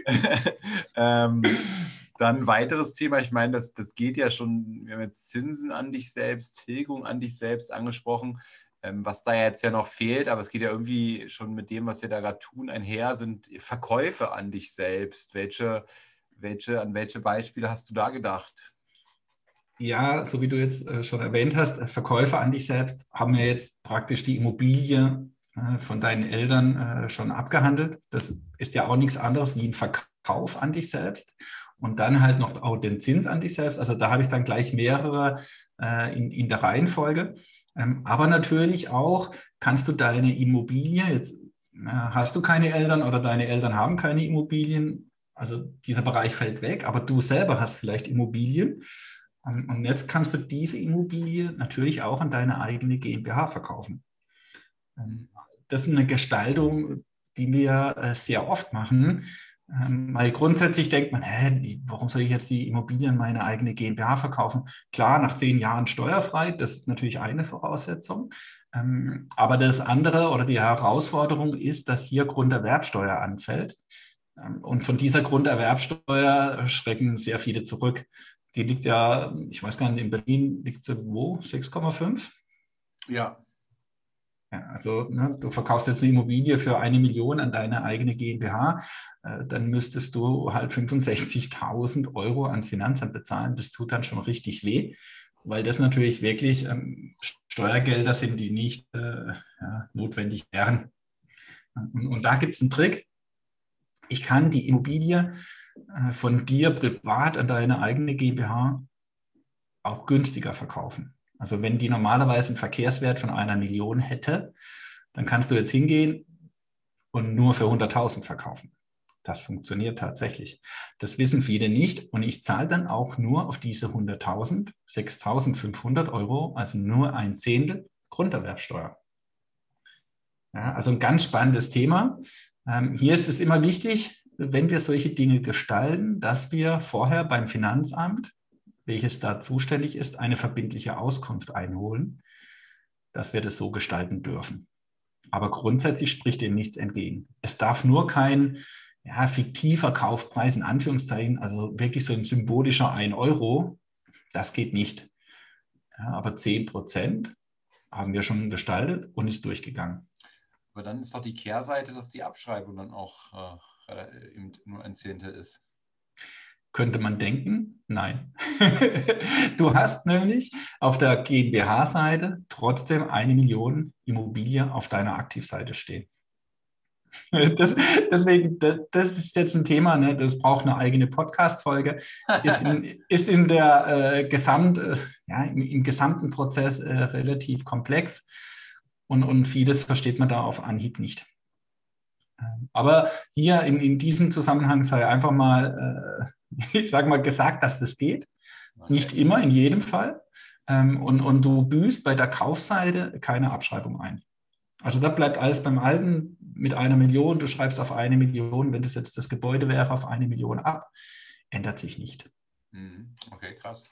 Dann weiteres Thema, ich meine, das geht ja schon, wir haben jetzt Zinsen an dich selbst, Tilgung an dich selbst angesprochen. Was da jetzt ja noch fehlt, aber es geht ja irgendwie schon mit dem, was wir da gerade tun, einher, sind Verkäufe an dich selbst. An welche Beispiele hast du da gedacht? Ja, so wie du jetzt schon erwähnt hast, Verkäufe an dich selbst haben wir jetzt praktisch die Immobilie von deinen Eltern schon abgehandelt. Das ist ja auch nichts anderes wie ein Verkauf an dich selbst und dann halt noch auch den Zins an dich selbst. Also da habe ich dann gleich mehrere in der Reihenfolge. Aber natürlich auch kannst du deine Immobilie, jetzt hast du keine Eltern oder deine Eltern haben keine Immobilien, also dieser Bereich fällt weg, aber du selber hast vielleicht Immobilien. Und jetzt kannst du diese Immobilie natürlich auch an deine eigene GmbH verkaufen. Das ist eine Gestaltung, die wir sehr oft machen, weil grundsätzlich denkt man, warum soll ich jetzt die Immobilie an meine eigene GmbH verkaufen? Klar, nach 10 Jahren steuerfrei, das ist natürlich eine Voraussetzung. Aber das andere oder die Herausforderung ist, dass hier Grunderwerbsteuer anfällt. Und von dieser Grunderwerbsteuer schrecken sehr viele zurück. Die liegt ja, ich weiß gar nicht, in Berlin liegt sie wo? 6,5? Ja. Ja, also du verkaufst jetzt eine Immobilie für 1 Million an deine eigene GmbH, dann müsstest du halt 65.000 € ans Finanzamt bezahlen. Das tut dann schon richtig weh, weil das natürlich wirklich Steuergelder sind, die nicht notwendig wären. Und da gibt es einen Trick. Ich kann die Immobilie von dir privat an deine eigene GmbH auch günstiger verkaufen. Also wenn die normalerweise einen Verkehrswert von 1 Million hätte, dann kannst du jetzt hingehen und nur für 100.000 verkaufen. Das funktioniert tatsächlich. Das wissen viele nicht und ich zahle dann auch nur auf diese 100.000, 6.500 €, also nur ein Zehntel Grunderwerbsteuer. Ja, also ein ganz spannendes Thema. Hier ist es immer wichtig, wenn wir solche Dinge gestalten, dass wir vorher beim Finanzamt, welches da zuständig ist, eine verbindliche Auskunft einholen, dass wir das so gestalten dürfen. Aber grundsätzlich spricht dem nichts entgegen. Es darf nur kein fiktiver Kaufpreis in Anführungszeichen, also wirklich so ein symbolischer 1 €, das geht nicht. Ja, aber 10% haben wir schon gestaltet und ist durchgegangen. Aber dann ist doch die Kehrseite, dass die Abschreibung dann auch eben nur ein Zehntel ist. Könnte man denken? Nein. Du hast nämlich auf der GmbH-Seite trotzdem 1 Million Immobilie auf deiner Aktivseite stehen. Deswegen, das ist jetzt ein Thema, ne? Das braucht eine eigene Podcast-Folge. Ist in der im gesamten Prozess relativ komplex und vieles versteht man da auf Anhieb nicht. Aber hier in diesem Zusammenhang sei einfach mal, ich sage mal, gesagt, dass das geht. Okay. Nicht immer, in jedem Fall. Und du büßt bei der Kaufseite keine Abschreibung ein. Also da bleibt alles beim Alten mit 1 Million. Du schreibst auf 1 Million, wenn das jetzt das Gebäude wäre, auf 1 Million ab. Ändert sich nicht. Okay, krass.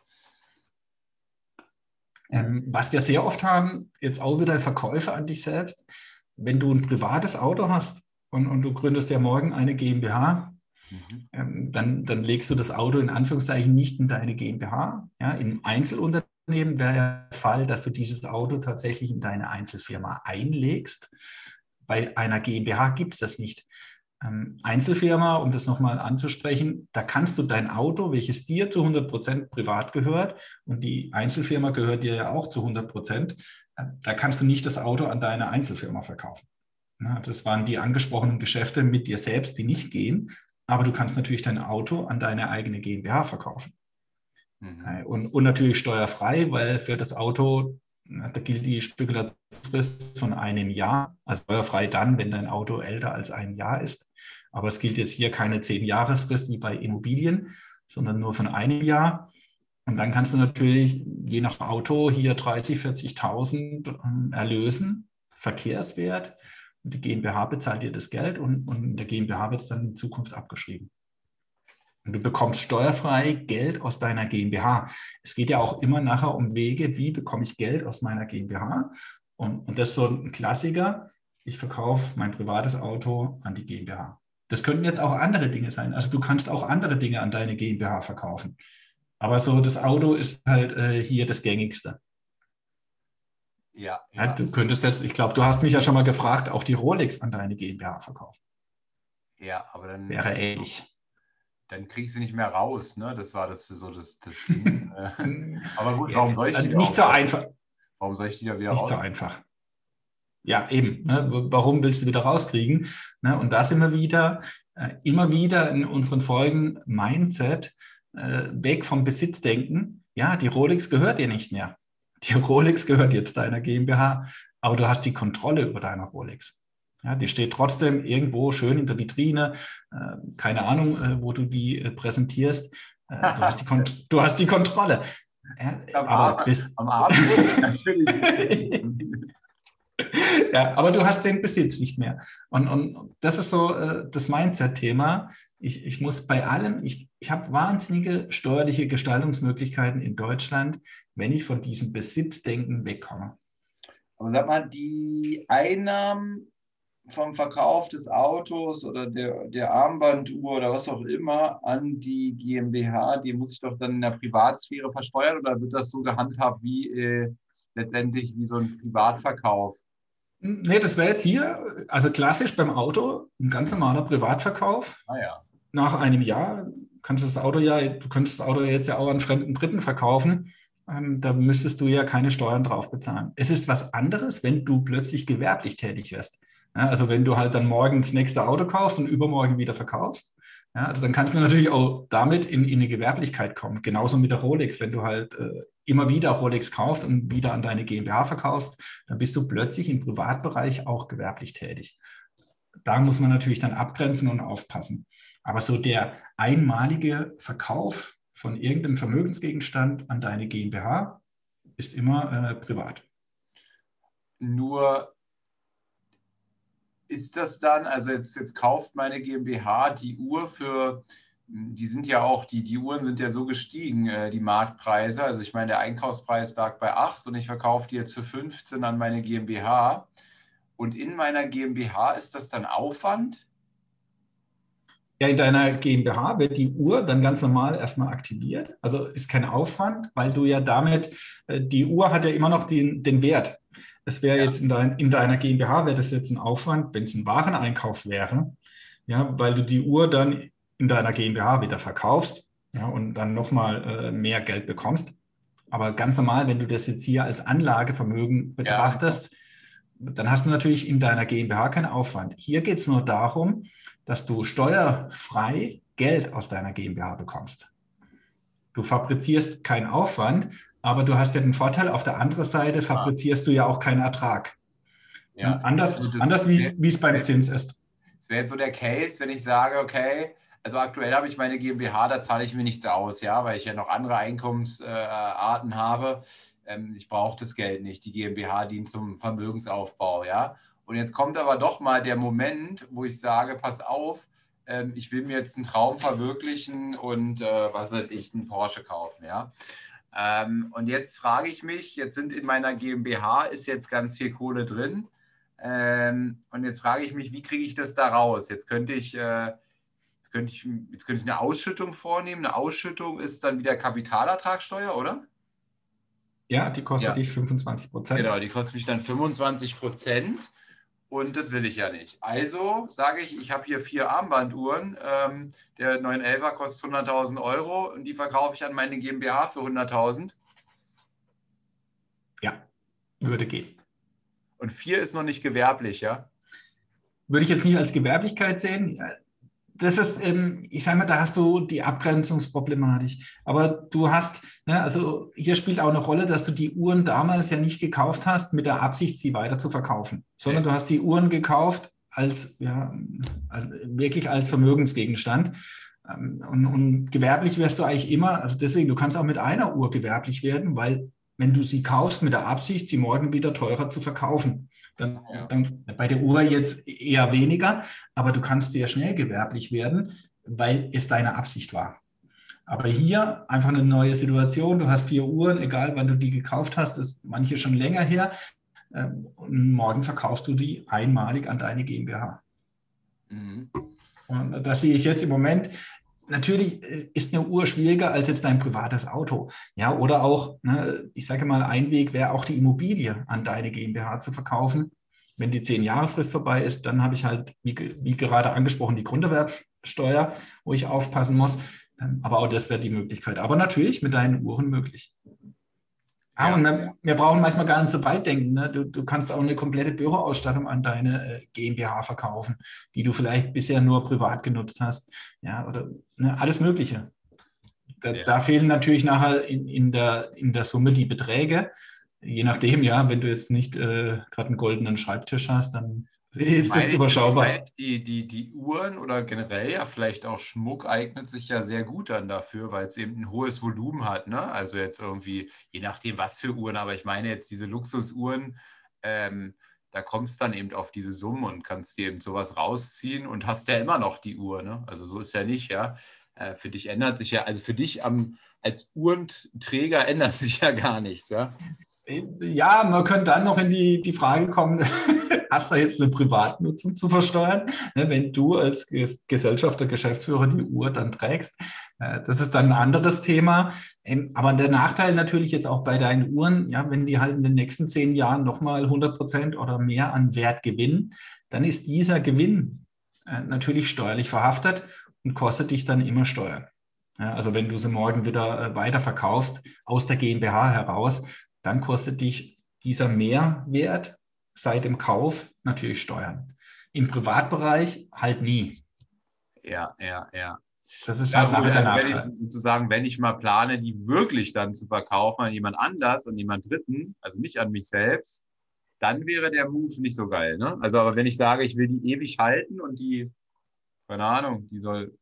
Was wir sehr oft haben, jetzt auch wieder Verkäufe an dich selbst. Wenn du ein privates Auto hast und du gründest ja morgen eine GmbH, dann legst du das Auto in Anführungszeichen nicht in deine GmbH. Ja, im Einzelunternehmen wäre ja der Fall, dass du dieses Auto tatsächlich in deine Einzelfirma einlegst. Bei einer GmbH gibt es das nicht. Einzelfirma, um das nochmal anzusprechen, da kannst du dein Auto, welches dir zu 100% privat gehört und die Einzelfirma gehört dir ja auch zu 100%, da kannst du nicht das Auto an deine Einzelfirma verkaufen. Das waren die angesprochenen Geschäfte mit dir selbst, die nicht gehen, aber du kannst natürlich dein Auto an deine eigene GmbH verkaufen. Und natürlich steuerfrei, weil für das Auto, da gilt die Spekulationsfrist von 1 Jahr, also steuerfrei dann, wenn dein Auto älter als 1 Jahr ist. Aber es gilt jetzt hier keine 10-Jahresfrist wie bei Immobilien, sondern nur von 1 Jahr. Und dann kannst du natürlich je nach Auto hier 30.000, 40.000 erlösen, Verkehrswert. Und die GmbH bezahlt dir das Geld und in der GmbH wird es dann in Zukunft abgeschrieben. Und du bekommst steuerfrei Geld aus deiner GmbH. Es geht ja auch immer nachher um Wege, wie bekomme ich Geld aus meiner GmbH. Und das ist so ein Klassiker. Ich verkaufe mein privates Auto an die GmbH. Das könnten jetzt auch andere Dinge sein. Also du kannst auch andere Dinge an deine GmbH verkaufen. Aber so das Auto ist halt hier das Gängigste. Ja. Du könntest jetzt, ich glaube, du hast mich ja schon mal gefragt, auch die Rolex an deine GmbH verkaufen. Ja, aber dann wäre ähnlich. Dann krieg ich sie nicht mehr raus, ne? Das war das Schlimme. Aber gut, warum soll ich die nicht so einfach. Warum soll ich die da wieder raus? Nicht so einfach. Ja, eben. Ne? Warum willst du wieder rauskriegen? Ne? Und da sind wir wieder, immer wieder in unseren Folgen Mindset, weg vom Besitzdenken. Ja, die Rolex gehört dir nicht mehr. Die Rolex gehört jetzt deiner GmbH, aber du hast die Kontrolle über deine Rolex. Ja, die steht trotzdem irgendwo schön in der Vitrine, keine Ahnung, wo du die präsentierst. Du hast die Kontrolle. Am Abend natürlich. Ja, aber du hast den Besitz nicht mehr. Und das ist so das Mindset-Thema. Ich muss bei allem, ich habe wahnsinnige steuerliche Gestaltungsmöglichkeiten in Deutschland, wenn ich von diesem Besitzdenken wegkomme. Aber sag mal, die Einnahmen vom Verkauf des Autos oder der Armbanduhr oder was auch immer an die GmbH, die muss ich doch dann in der Privatsphäre versteuern, oder wird das so gehandhabt wie letztendlich wie so ein Privatverkauf? Nee, das wäre jetzt hier, also klassisch beim Auto, ein ganz normaler Privatverkauf. Ah ja. Nach einem Jahr du könntest das Auto jetzt ja auch an fremden Dritten verkaufen. Da müsstest du ja keine Steuern drauf bezahlen. Es ist was anderes, wenn du plötzlich gewerblich tätig wirst. Ja, also wenn du halt dann morgen das nächste Auto kaufst und übermorgen wieder verkaufst, ja, also dann kannst du natürlich auch damit in eine Gewerblichkeit kommen. Genauso mit der Rolex, wenn du halt immer wieder Rolex kaufst und wieder an deine GmbH verkaufst, dann bist du plötzlich im Privatbereich auch gewerblich tätig. Da muss man natürlich dann abgrenzen und aufpassen. Aber so der einmalige Verkauf von irgendeinem Vermögensgegenstand an deine GmbH ist immer privat. Nur ist das dann, also jetzt kauft meine GmbH die Uhr für, die sind ja auch, die Uhren sind ja so gestiegen, die Marktpreise. Also ich meine, der Einkaufspreis lag bei 8 und ich verkaufe die jetzt für 15 an meine GmbH. Und in meiner GmbH ist das dann Aufwand? Ja, in deiner GmbH wird die Uhr dann ganz normal erstmal aktiviert. Also ist kein Aufwand, weil du ja damit, die Uhr hat ja immer noch den Wert. Es wäre jetzt in deiner GmbH, wäre das jetzt ein Aufwand, wenn es ein Wareneinkauf wäre, ja, weil du die Uhr dann in deiner GmbH wieder verkaufst, ja, und dann nochmal mehr Geld bekommst. Aber ganz normal, wenn du das jetzt hier als Anlagevermögen betrachtest, dann hast du natürlich in deiner GmbH keinen Aufwand. Hier geht es nur darum, dass du steuerfrei Geld aus deiner GmbH bekommst. Du fabrizierst keinen Aufwand, aber du hast ja den Vorteil, auf der anderen Seite fabrizierst du ja auch keinen Ertrag. Ja. Anders wie es beim Zins ist. Das wäre jetzt so der Case, wenn ich sage, okay, also aktuell habe ich meine GmbH, da zahle ich mir nichts aus, ja, weil ich ja noch andere Einkommensarten habe. Ich brauche das Geld nicht. Die GmbH dient zum Vermögensaufbau, ja. Und jetzt kommt aber doch mal der Moment, wo ich sage, pass auf, ich will mir jetzt einen Traum verwirklichen und was weiß ich, einen Porsche kaufen, ja. Und jetzt frage ich mich, jetzt sind in meiner GmbH ist jetzt ganz viel Kohle drin. Und jetzt frage ich mich, wie kriege ich das da raus? Jetzt könnte ich eine Ausschüttung vornehmen. Eine Ausschüttung ist dann wieder Kapitalertragssteuer, oder? Ja, die kostet dich 25%. Genau, die kostet mich dann 25%. Und das will ich ja nicht. Also sage ich, ich habe hier 4 Armbanduhren. Der 911er kostet 100.000 Euro und die verkaufe ich an meine GmbH für 100.000. Ja, würde gehen. Und 4 ist noch nicht gewerblich, ja? Würde ich jetzt nicht als Gewerblichkeit sehen. Das ist, ich sage mal, da hast du die Abgrenzungsproblematik. Aber du hast, ne, also hier spielt auch eine Rolle, dass du die Uhren damals ja nicht gekauft hast mit der Absicht, sie weiter zu verkaufen, sondern du hast die Uhren gekauft wirklich als Vermögensgegenstand. Und gewerblich wirst du eigentlich immer, also deswegen, du kannst auch mit einer Uhr gewerblich werden, weil wenn du sie kaufst mit der Absicht, sie morgen wieder teurer zu verkaufen, dann bei der Uhr jetzt eher weniger, aber du kannst sehr schnell gewerblich werden, weil es deine Absicht war. Aber hier einfach eine neue Situation, du hast 4 Uhren, egal wann du die gekauft hast, ist manche schon länger her, und morgen verkaufst du die einmalig an deine GmbH. Mhm. Und das sehe ich jetzt im Moment. Natürlich ist eine Uhr schwieriger als jetzt dein privates Auto. Ja, oder auch, ne, ich sage mal, ein Weg wäre auch die Immobilie an deine GmbH zu verkaufen. Wenn die 10-Jahresfrist vorbei ist, dann habe ich halt, wie gerade angesprochen, die Grunderwerbsteuer, wo ich aufpassen muss. Aber auch das wäre die Möglichkeit. Aber natürlich mit deinen Uhren möglich. Ja, und wir brauchen manchmal gar nicht so weit denken. Ne? Du kannst auch eine komplette Büroausstattung an deine GmbH verkaufen, die du vielleicht bisher nur privat genutzt hast. Ja, oder ne, alles Mögliche. Da fehlen natürlich nachher in der Summe die Beträge. Je nachdem, ja, wenn du jetzt nicht gerade einen goldenen Schreibtisch hast, dann ist das überschaubar. Die Uhren oder generell ja vielleicht auch Schmuck eignet sich ja sehr gut dann dafür, weil es eben ein hohes Volumen hat. Ne? Also jetzt irgendwie, je nachdem, was für Uhren, aber ich meine jetzt diese Luxusuhren, da kommst du dann eben auf diese Summen und kannst dir eben sowas rausziehen und hast ja immer noch die Uhr. Ne? Also so ist ja nicht, ja. Für dich ändert sich ja, also für dich als Uhrenträger ändert sich ja gar nichts, ja. Ja, man könnte dann noch in die Frage kommen, hast du jetzt eine Privatnutzung zu versteuern, ne, wenn du als Gesellschafter, Geschäftsführer die Uhr dann trägst. Das ist dann ein anderes Thema. Aber der Nachteil natürlich jetzt auch bei deinen Uhren, ja, wenn die halt in den nächsten 10 Jahren nochmal 100% oder mehr an Wert gewinnen, dann ist dieser Gewinn natürlich steuerlich verhaftet und kostet dich dann immer Steuern. Ja, also wenn du sie morgen wieder weiterverkaufst aus der GmbH heraus, dann kostet dich dieser Mehrwert seit dem Kauf natürlich Steuern. Im Privatbereich halt nie. Ja. Das ist Ja, halt gut, nachher der also Nachteil. wenn ich mal plane, die wirklich dann zu verkaufen an jemand anders, an jemand Dritten, also nicht an mich selbst, dann wäre der Move nicht so geil. Ne? Also, aber wenn ich sage, ich will die ewig halten und die, keine Ahnung, die soll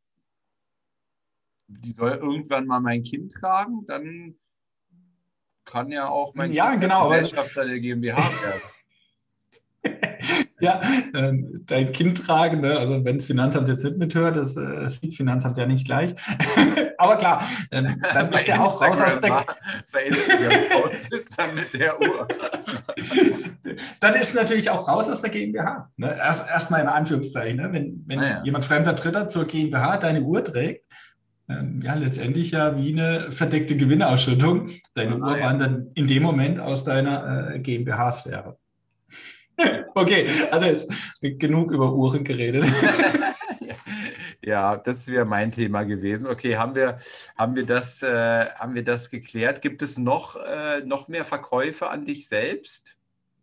irgendwann mal mein Kind tragen, dann kann ja auch mein Ja, Kind genau. Gesellschafter der GmbH werden. Ja, dein Kind tragen, ne? Also wenn das Finanzamt jetzt nicht mithört, das sieht das Finanzamt ja nicht gleich. Aber klar, dann bist du ja auch raus aus der... Bei Instagram ist dann mit der Uhr. Dann ist natürlich auch raus aus der GmbH. Ne? Erstmal in Anführungszeichen. Ne? Wenn jemand fremder Dritter zur GmbH deine Uhr trägt, ja, letztendlich ja wie eine verdeckte Gewinnausschüttung. Deine Uhr wandert in dem Moment aus deiner GmbH-Sphäre. Okay, also jetzt genug über Uhren geredet. Ja, das wäre mein Thema gewesen. Okay, haben wir das geklärt? Gibt es noch mehr Verkäufe an dich selbst?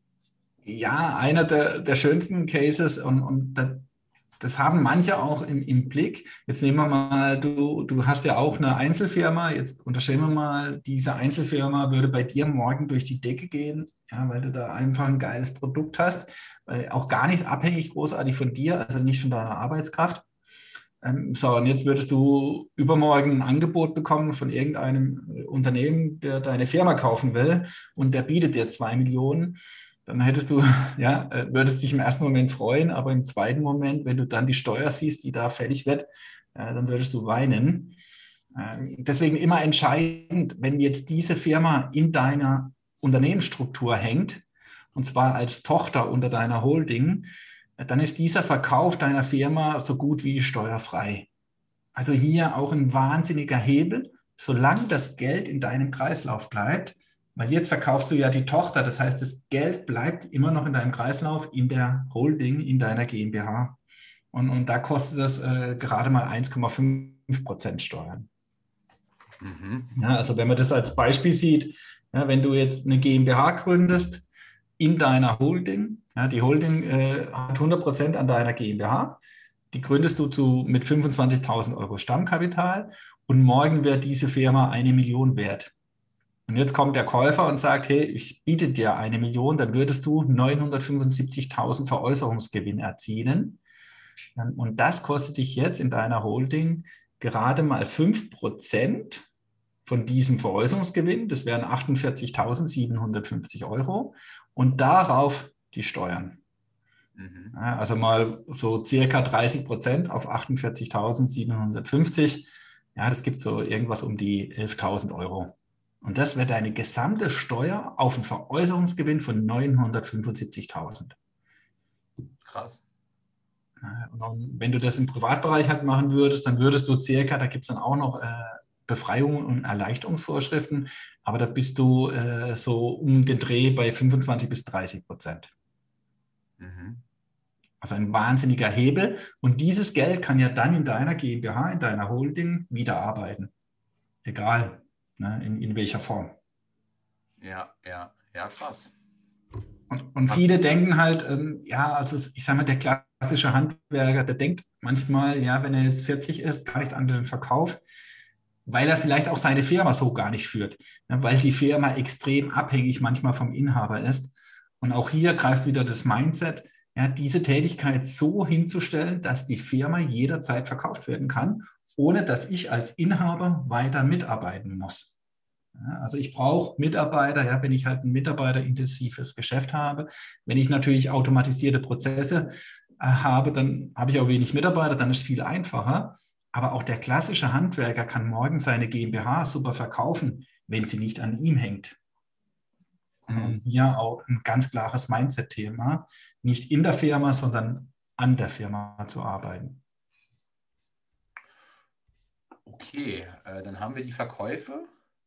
Ja, einer der schönsten Cases und das haben manche auch im Blick. Jetzt nehmen wir mal, du hast ja auch eine Einzelfirma. Jetzt unterstellen wir mal, diese Einzelfirma würde bei dir morgen durch die Decke gehen, ja, weil du da einfach ein geiles Produkt hast, auch gar nicht abhängig großartig von dir, also nicht von deiner Arbeitskraft. So, und jetzt würdest du übermorgen ein Angebot bekommen von irgendeinem Unternehmen, der deine Firma kaufen will und der bietet dir 2 Millionen. Dann hättest du, ja, würdest dich im ersten Moment freuen, aber im zweiten Moment, wenn du dann die Steuer siehst, die da fällig wird, dann würdest du weinen. Deswegen immer entscheidend, wenn jetzt diese Firma in deiner Unternehmensstruktur hängt, und zwar als Tochter unter deiner Holding, dann ist dieser Verkauf deiner Firma so gut wie steuerfrei. Also hier auch ein wahnsinniger Hebel, solange das Geld in deinem Kreislauf bleibt. Weil jetzt verkaufst du ja die Tochter, das heißt, das Geld bleibt immer noch in deinem Kreislauf, in der Holding, in deiner GmbH. Und da kostet es gerade mal 1,5% Steuern. Mhm. Ja, also wenn man das als Beispiel sieht, ja, wenn du jetzt eine GmbH gründest in deiner Holding, ja, die Holding hat 100% an deiner GmbH, die gründest du mit 25.000 Euro Stammkapital und morgen wird diese Firma 1 Million wert. Und jetzt kommt der Käufer und sagt, hey, ich biete dir 1 Million, dann würdest du 975.000 Veräußerungsgewinn erzielen. Und das kostet dich jetzt in deiner Holding gerade mal 5% von diesem Veräußerungsgewinn. Das wären 48.750 Euro. Und darauf die Steuern. Ja, also mal so circa 30% auf 48.750. Ja, das gibt so irgendwas um die 11.000 Euro. Und das wäre deine gesamte Steuer auf einen Veräußerungsgewinn von 975.000. Krass. Und wenn du das im Privatbereich halt machen würdest, dann würdest du circa, da gibt es dann auch noch Befreiungen und Erleichterungsvorschriften, aber da bist du so um den Dreh bei 25 bis 30%. Mhm. Also ein wahnsinniger Hebel. Und dieses Geld kann ja dann in deiner GmbH, in deiner Holding wieder arbeiten. Egal, ne, in welcher Form. Ja, krass. Und viele denken halt, also ich sage mal, der klassische Handwerker, der denkt manchmal, ja, wenn er jetzt 40 ist, gar nicht an den Verkauf, weil er vielleicht auch seine Firma so gar nicht führt, ja, weil die Firma extrem abhängig manchmal vom Inhaber ist. Und auch hier greift wieder das Mindset, ja, diese Tätigkeit so hinzustellen, dass die Firma jederzeit verkauft werden kann, ohne dass ich als Inhaber weiter mitarbeiten muss. Ja, also ich brauche Mitarbeiter, ja, wenn ich halt ein mitarbeiterintensives Geschäft habe. Wenn ich natürlich automatisierte Prozesse habe, dann habe ich auch wenig Mitarbeiter, dann ist es viel einfacher. Aber auch der klassische Handwerker kann morgen seine GmbH super verkaufen, wenn sie nicht an ihm hängt. Hier auch ein ganz klares Mindset-Thema, nicht in der Firma, sondern an der Firma zu arbeiten. Okay, dann haben wir die Verkäufe.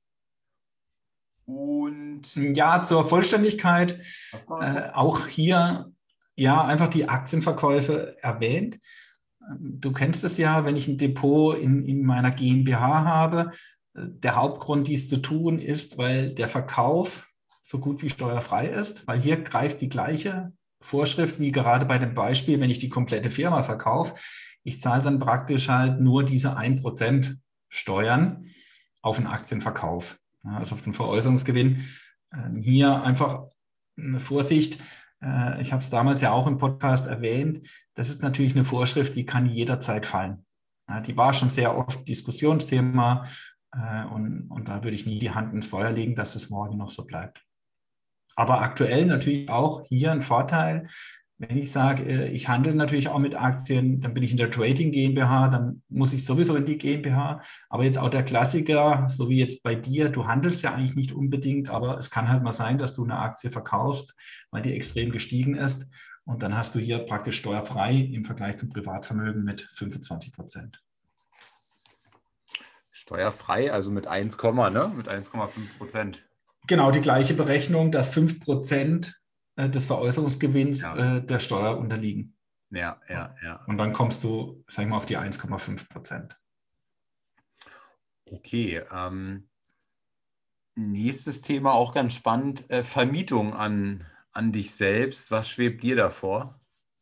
Und ja, zur Vollständigkeit auch hier ja einfach die Aktienverkäufe erwähnt. Du kennst es ja, wenn ich ein Depot in meiner GmbH habe. Der Hauptgrund, dies zu tun, ist, weil der Verkauf so gut wie steuerfrei ist, weil hier greift die gleiche Vorschrift wie gerade bei dem Beispiel, wenn ich die komplette Firma verkaufe. Ich zahle dann praktisch halt nur diese 1% Steuern auf den Aktienverkauf. Also auf den Veräußerungsgewinn. Hier einfach eine Vorsicht. Ich habe es damals ja auch im Podcast erwähnt. Das ist natürlich eine Vorschrift, die kann jederzeit fallen. Die war schon sehr oft Diskussionsthema und da würde ich nie die Hand ins Feuer legen, dass es morgen noch so bleibt. Aber aktuell natürlich auch hier ein Vorteil. Wenn ich sage, ich handle natürlich auch mit Aktien, dann bin ich in der Trading GmbH, dann muss ich sowieso in die GmbH. Aber jetzt auch der Klassiker, so wie jetzt bei dir, du handelst ja eigentlich nicht unbedingt, aber es kann halt mal sein, dass du eine Aktie verkaufst, weil die extrem gestiegen ist. Und dann hast du hier praktisch steuerfrei im Vergleich zum Privatvermögen mit 25%. Steuerfrei, also mit 1, ne? Mit 1,5%. Genau, die gleiche Berechnung, dass 5% des Veräußerungsgewinns der Steuer unterliegen. Ja. Und dann kommst du, sag ich mal, auf die 1,5%. Okay. Nächstes Thema, auch ganz spannend, Vermietung an dich selbst. Was schwebt dir davor?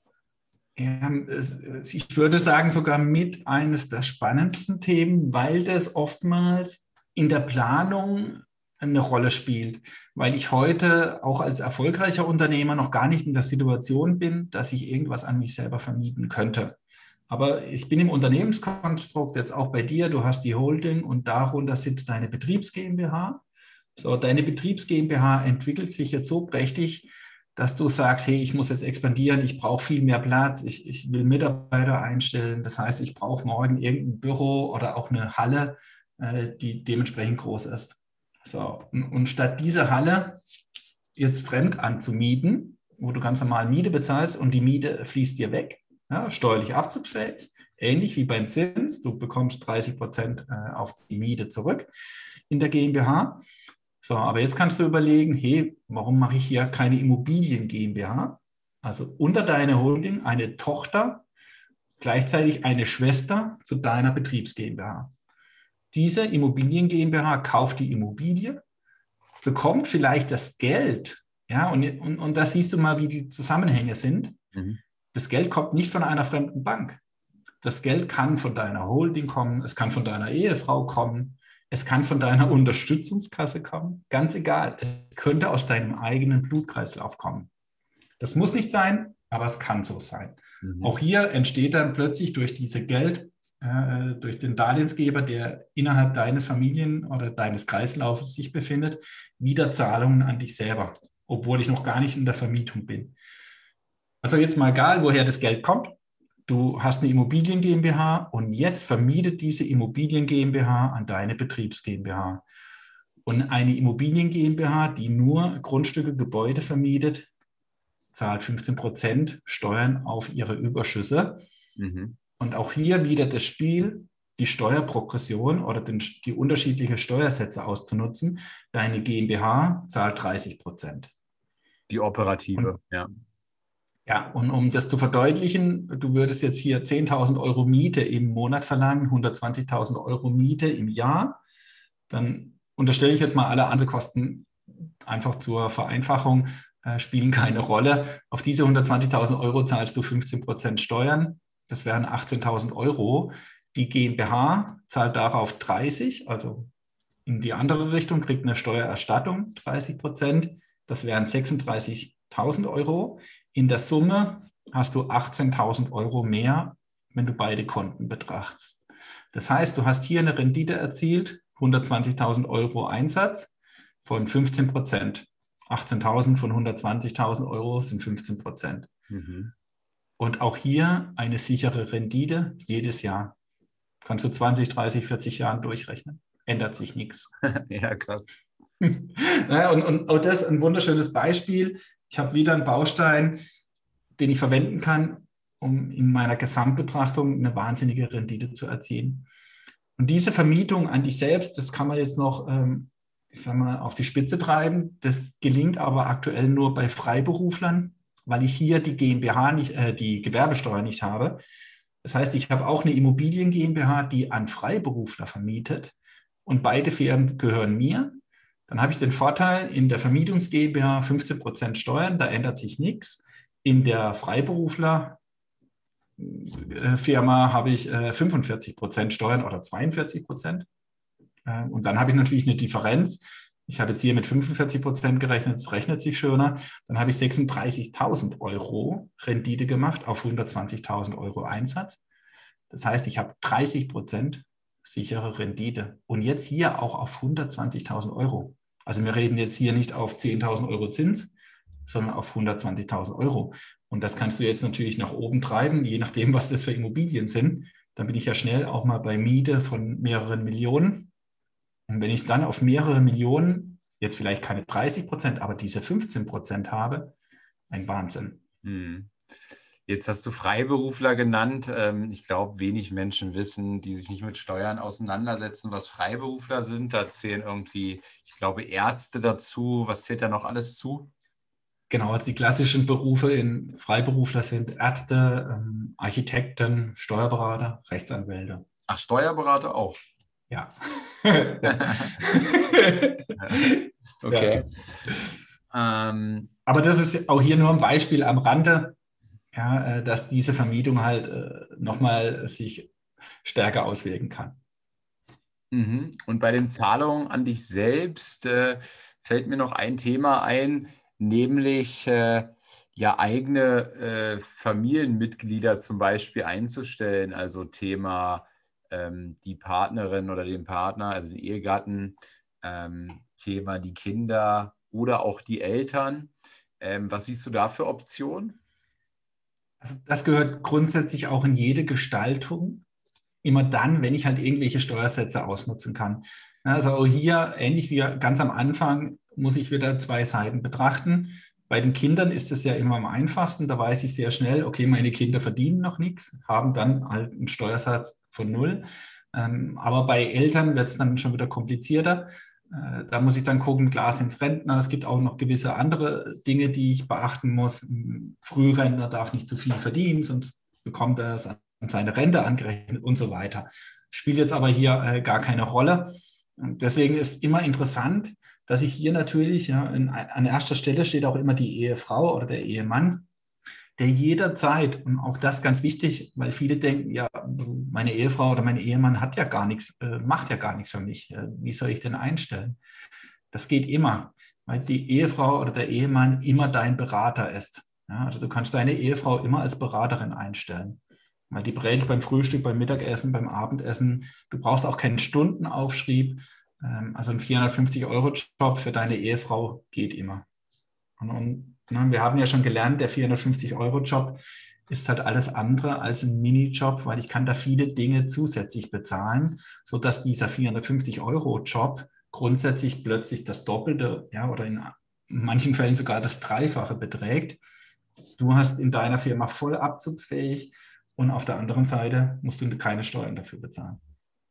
Ja, ich würde sagen, sogar mit eines der spannendsten Themen, weil das oftmals in der Planung eine Rolle spielt, weil ich heute auch als erfolgreicher Unternehmer noch gar nicht in der Situation bin, dass ich irgendwas an mich selber vermieten könnte. Aber ich bin im Unternehmenskonstrukt, jetzt auch bei dir, du hast die Holding und darunter sitzt deine Betriebs GmbH. So, deine Betriebs GmbH entwickelt sich jetzt so prächtig, dass du sagst, hey, ich muss jetzt expandieren, ich brauche viel mehr Platz, ich will Mitarbeiter einstellen. Das heißt, ich brauche morgen irgendein Büro oder auch eine Halle, die dementsprechend groß ist. So, und statt diese Halle jetzt fremd anzumieten, wo du ganz normal Miete bezahlst und die Miete fließt dir weg, ja, steuerlich abzugsfähig, ähnlich wie beim Zins, du bekommst 30% auf die Miete zurück in der GmbH. So, aber jetzt kannst du überlegen, hey, warum mache ich hier keine Immobilien GmbH? Also unter deiner Holding eine Tochter, gleichzeitig eine Schwester zu deiner Betriebs GmbH. Diese Immobilien GmbH kauft die Immobilie, bekommt vielleicht das Geld, ja, und da siehst du mal, wie die Zusammenhänge sind. Mhm. Das Geld kommt nicht von einer fremden Bank. Das Geld kann von deiner Holding kommen, es kann von deiner Ehefrau kommen, es kann von deiner Unterstützungskasse kommen, ganz egal. Es könnte aus deinem eigenen Blutkreislauf kommen. Das muss nicht sein, aber es kann so sein. Mhm. Auch hier entsteht dann plötzlich durch diese Geld, durch den Darlehensgeber, der innerhalb deines Familien- oder deines Kreislaufes sich befindet, wieder Zahlungen an dich selber, obwohl ich noch gar nicht in der Vermietung bin. Also jetzt mal egal, woher das Geld kommt. Du hast eine Immobilien GmbH und jetzt vermietet diese Immobilien GmbH an deine Betriebs GmbH. Und eine Immobilien GmbH, die nur Grundstücke, Gebäude vermietet, zahlt 15% Steuern auf ihre Überschüsse. Mhm. Und auch hier wieder das Spiel, die Steuerprogression oder die unterschiedlichen Steuersätze auszunutzen. Deine GmbH zahlt 30%. Die operative, und, ja. Ja, und um das zu verdeutlichen, du würdest jetzt hier 10.000 Euro Miete im Monat verlangen, 120.000 Euro Miete im Jahr. Dann unterstelle ich jetzt mal alle anderen Kosten einfach zur Vereinfachung, spielen keine Rolle. Auf diese 120.000 Euro zahlst du 15% Steuern. Das wären 18.000 Euro. Die GmbH zahlt darauf 30, also in die andere Richtung, kriegt eine Steuererstattung 30%. Das wären 36.000 Euro. In der Summe hast du 18.000 Euro mehr, wenn du beide Konten betrachtest. Das heißt, du hast hier eine Rendite erzielt, 120.000 Euro Einsatz von 15%. 18.000 von 120.000 Euro sind 15%. Mhm. Und auch hier eine sichere Rendite jedes Jahr. Kannst du 20, 30, 40 Jahren durchrechnen. Ändert sich nichts. Ja, krass. Ja, und auch das ist ein wunderschönes Beispiel. Ich habe wieder einen Baustein, den ich verwenden kann, um in meiner Gesamtbetrachtung eine wahnsinnige Rendite zu erzielen. Und diese Vermietung an dich selbst, das kann man jetzt noch, ich sag mal, auf die Spitze treiben. Das gelingt aber aktuell nur bei Freiberuflern, weil ich hier die GmbH nicht, die Gewerbesteuer nicht habe. Das heißt, ich habe auch eine Immobilien GmbH, die an Freiberufler vermietet und beide Firmen gehören mir. Dann habe ich den Vorteil, in der Vermietungs GmbH 15% Steuern, da ändert sich nichts. In der Freiberufler Firma habe ich 45% Steuern oder 42%. Und dann habe ich natürlich eine Differenz. Ich habe jetzt hier mit 45% gerechnet, das rechnet sich schöner. Dann habe ich 36.000 Euro Rendite gemacht auf 120.000 Euro Einsatz. Das heißt, ich habe 30% sichere Rendite. Und jetzt hier auch auf 120.000 Euro. Also wir reden jetzt hier nicht auf 10.000 Euro Zins, sondern auf 120.000 Euro. Und das kannst du jetzt natürlich nach oben treiben, je nachdem, was das für Immobilien sind. Dann bin ich ja schnell auch mal bei Miete von mehreren Millionen. Und wenn ich dann auf mehrere Millionen, jetzt vielleicht keine 30%, aber diese 15% habe, ein Wahnsinn. Jetzt hast du Freiberufler genannt. Ich glaube, wenig Menschen wissen, die sich nicht mit Steuern auseinandersetzen, was Freiberufler sind. Da zählen irgendwie, ich glaube, Ärzte dazu. Was zählt da noch alles zu? Genau, also die klassischen Berufe in Freiberufler sind Ärzte, Architekten, Steuerberater, Rechtsanwälte. Ach, Steuerberater auch? Ja. Okay. Ja. Aber das ist auch hier nur ein Beispiel am Rande, ja, dass diese Vermietung halt nochmal sich stärker auswirken kann. Und bei den Zahlungen an dich selbst fällt mir noch ein Thema ein, nämlich ja eigene Familienmitglieder zum Beispiel einzustellen, also Thema die Partnerin oder den Partner, also den Ehegatten, Thema die Kinder oder auch die Eltern. Was siehst du da für Optionen? Also das gehört grundsätzlich auch in jede Gestaltung, immer dann, wenn ich halt irgendwelche Steuersätze ausnutzen kann. Also auch hier, ähnlich wie ganz am Anfang, muss ich wieder zwei Seiten betrachten. Bei den Kindern ist es ja immer am einfachsten, da weiß ich sehr schnell, okay, meine Kinder verdienen noch nichts, haben dann halt einen Steuersatz von 0. Aber bei Eltern wird es dann schon wieder komplizierter. Da muss ich dann gucken, klar sind es Rentner, es gibt auch noch gewisse andere Dinge, die ich beachten muss. Ein Frührentner darf nicht zu viel verdienen, sonst bekommt er es an seine Rente angerechnet und so weiter. Spielt jetzt aber hier gar keine Rolle. Und deswegen ist immer interessant, dass ich hier natürlich, ja, an erster Stelle steht auch immer die Ehefrau oder der Ehemann, der jederzeit, und auch das ganz wichtig, weil viele denken, ja, meine Ehefrau oder mein Ehemann hat ja gar nichts, macht ja gar nichts für mich. Wie soll ich denn einstellen? Das geht immer, weil die Ehefrau oder der Ehemann immer dein Berater ist. Ja, also du kannst deine Ehefrau immer als Beraterin einstellen. Weil die berät dich beim Frühstück, beim Mittagessen, beim Abendessen. Du brauchst auch keinen Stundenaufschrieb. Also ein 450-Euro-Job für deine Ehefrau geht immer. Und wir haben ja schon gelernt, der 450-Euro-Job ist halt alles andere als ein Minijob, weil ich kann da viele Dinge zusätzlich bezahlen, sodass dieser 450-Euro-Job grundsätzlich plötzlich das Doppelte, ja, oder in manchen Fällen sogar das Dreifache beträgt. Du hast in deiner Firma voll abzugsfähig und auf der anderen Seite musst du keine Steuern dafür bezahlen.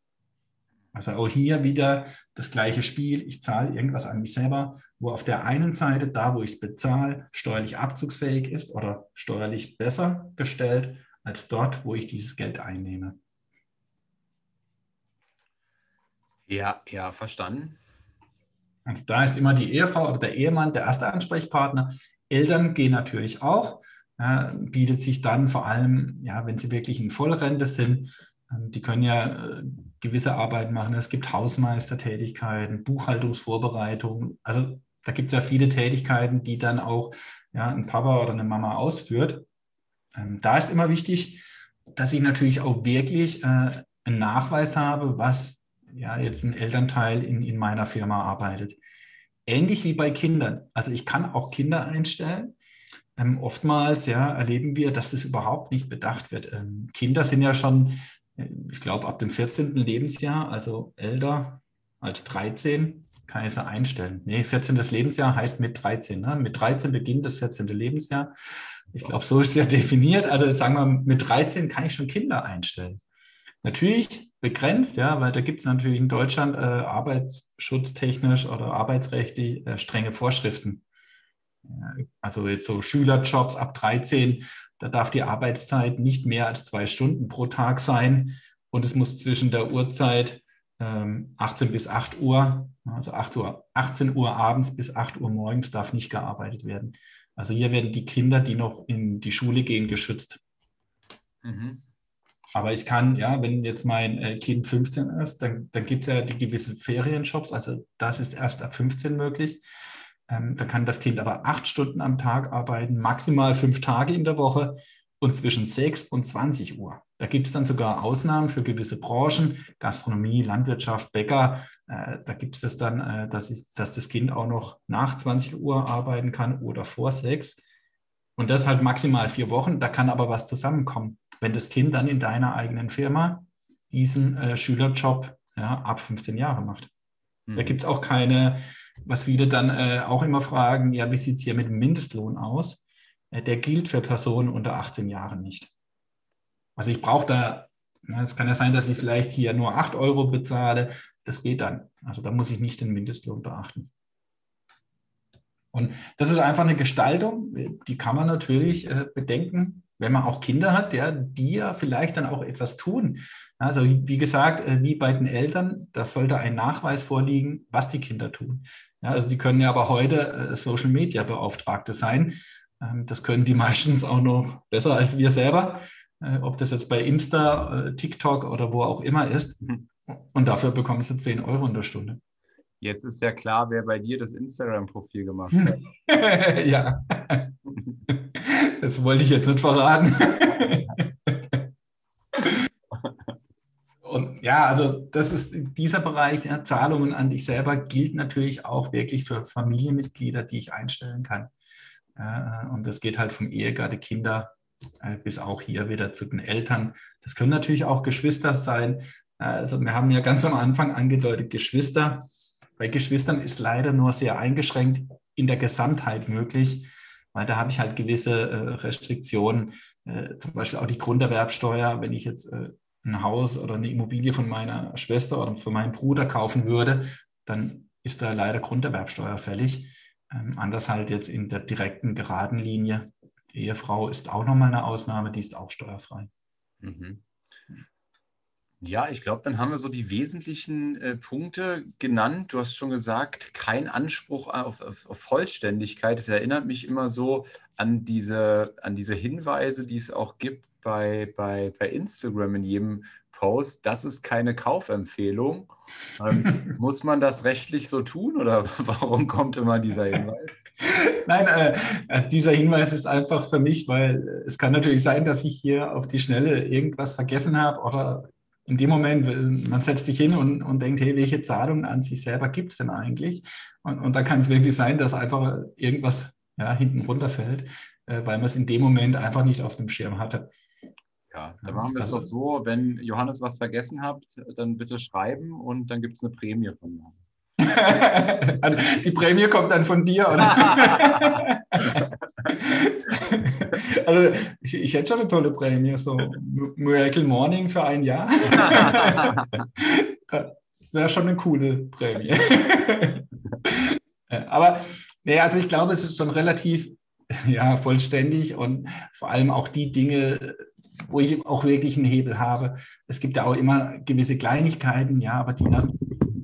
Also auch hier wieder das gleiche Spiel. Ich zahle irgendwas an mich selber, wo auf der einen Seite, da wo ich es bezahle, steuerlich abzugsfähig ist oder steuerlich besser gestellt, als dort, wo ich dieses Geld einnehme. Ja, verstanden. Also da ist immer die Ehefrau oder der Ehemann der erste Ansprechpartner. Eltern gehen natürlich auch. Bietet sich dann vor allem, ja, wenn sie wirklich in Vollrente sind, die können ja gewisse Arbeiten machen. Es gibt Hausmeistertätigkeiten, Buchhaltungsvorbereitung. Also da gibt es ja viele Tätigkeiten, die dann auch ein Papa oder eine Mama ausführt. Da ist immer wichtig, dass ich natürlich auch wirklich einen Nachweis habe, was jetzt ein Elternteil in meiner Firma arbeitet. Ähnlich wie bei Kindern. Also ich kann auch Kinder einstellen. Oftmals erleben wir, dass das überhaupt nicht bedacht wird. Kinder sind ja schon, ich glaube, ab dem 14. Lebensjahr, also älter als 13, kann ich sie einstellen. Nee, 14. Lebensjahr heißt mit 13. Ne? Mit 13 beginnt das 14. Lebensjahr. Ich glaube, so ist es ja definiert. Also sagen wir, mit 13 kann ich schon Kinder einstellen. Natürlich begrenzt, weil da gibt es natürlich in Deutschland arbeitsschutztechnisch oder arbeitsrechtlich strenge Vorschriften. Also jetzt so Schülerjobs ab 13, da darf die Arbeitszeit nicht mehr als 2 Stunden pro Tag sein und es muss zwischen der Uhrzeit 18 bis 8 Uhr, also 18 Uhr abends bis 8 Uhr morgens darf nicht gearbeitet werden. Also hier werden die Kinder, die noch in die Schule gehen, geschützt. Mhm. Aber ich kann, wenn jetzt mein Kind 15 ist, dann gibt es ja die gewissen Ferienjobs, also das ist erst ab 15 möglich. Da kann das Kind aber 8 Stunden am Tag arbeiten, maximal 5 Tage in der Woche und zwischen 6 und 20 Uhr. Da gibt es dann sogar Ausnahmen für gewisse Branchen, Gastronomie, Landwirtschaft, Bäcker. Da gibt es das dann, dass das Kind auch noch nach 20 Uhr arbeiten kann oder vor 6. Und das halt maximal 4 Wochen. Da kann aber was zusammenkommen, wenn das Kind dann in deiner eigenen Firma diesen Schülerjob ab 15 Jahre macht. Da gibt es auch keine, was viele dann auch immer fragen, wie sieht es hier mit dem Mindestlohn aus? Der gilt für Personen unter 18 Jahren nicht. Also ich brauche da, es kann ja sein, dass ich vielleicht hier nur 8 Euro bezahle, das geht dann. Also da muss ich nicht den Mindestlohn beachten. Und das ist einfach eine Gestaltung, die kann man natürlich bedenken, wenn man auch Kinder hat, die ja vielleicht dann auch etwas tun. Also wie gesagt, wie bei den Eltern, da sollte ein Nachweis vorliegen, was die Kinder tun. Also die können ja aber heute Social-Media-Beauftragte sein. Das können die meistens auch noch besser als wir selber, ob das jetzt bei Insta, TikTok oder wo auch immer ist. Und dafür bekommst du 10 Euro in der Stunde. Jetzt ist ja klar, wer bei dir das Instagram-Profil gemacht hat. Ja, das wollte ich jetzt nicht verraten. Und also das ist dieser Bereich, Zahlungen an dich selber gilt natürlich auch wirklich für Familienmitglieder, die ich einstellen kann. Und das geht halt vom Ehegatte, Kinder bis auch hier wieder zu den Eltern. Das können natürlich auch Geschwister sein. Also wir haben ja ganz am Anfang angedeutet, Geschwister. Bei Geschwistern ist leider nur sehr eingeschränkt in der Gesamtheit möglich, weil da habe ich halt gewisse Restriktionen, zum Beispiel auch die Grunderwerbsteuer. Wenn ich jetzt ein Haus oder eine Immobilie von meiner Schwester oder von meinem Bruder kaufen würde, dann ist da leider Grunderwerbsteuer fällig. Anders halt jetzt in der direkten, geraden Linie. Die Ehefrau ist auch nochmal eine Ausnahme, die ist auch steuerfrei. Mhm. Ja, ich glaube, dann haben wir so die wesentlichen Punkte genannt. Du hast schon gesagt, kein Anspruch auf Vollständigkeit. Das erinnert mich immer so an diese Hinweise, die es auch gibt bei Instagram in jedem Post. Das ist keine Kaufempfehlung. Muss man das rechtlich so tun oder warum kommt immer dieser Hinweis? Nein, dieser Hinweis ist einfach für mich, weil es kann natürlich sein, dass ich hier auf die Schnelle irgendwas vergessen habe oder in dem Moment, man setzt sich hin und denkt, hey, welche Zahlungen an sich selber gibt es denn eigentlich? Und da kann es wirklich sein, dass einfach irgendwas hinten runterfällt, weil man es in dem Moment einfach nicht auf dem Schirm hatte. Ja, dann machen wir es doch so, wenn Johannes was vergessen habt, dann bitte schreiben und dann gibt es eine Prämie von Johannes. Also die Prämie kommt dann von dir, oder? Also ich hätte schon eine tolle Prämie, so Miracle Morning für 1 Jahr. Das wäre schon eine coole Prämie. Aber also ich glaube, es ist schon relativ vollständig und vor allem auch die Dinge, wo ich auch wirklich einen Hebel habe. Es gibt ja auch immer gewisse Kleinigkeiten, aber die dann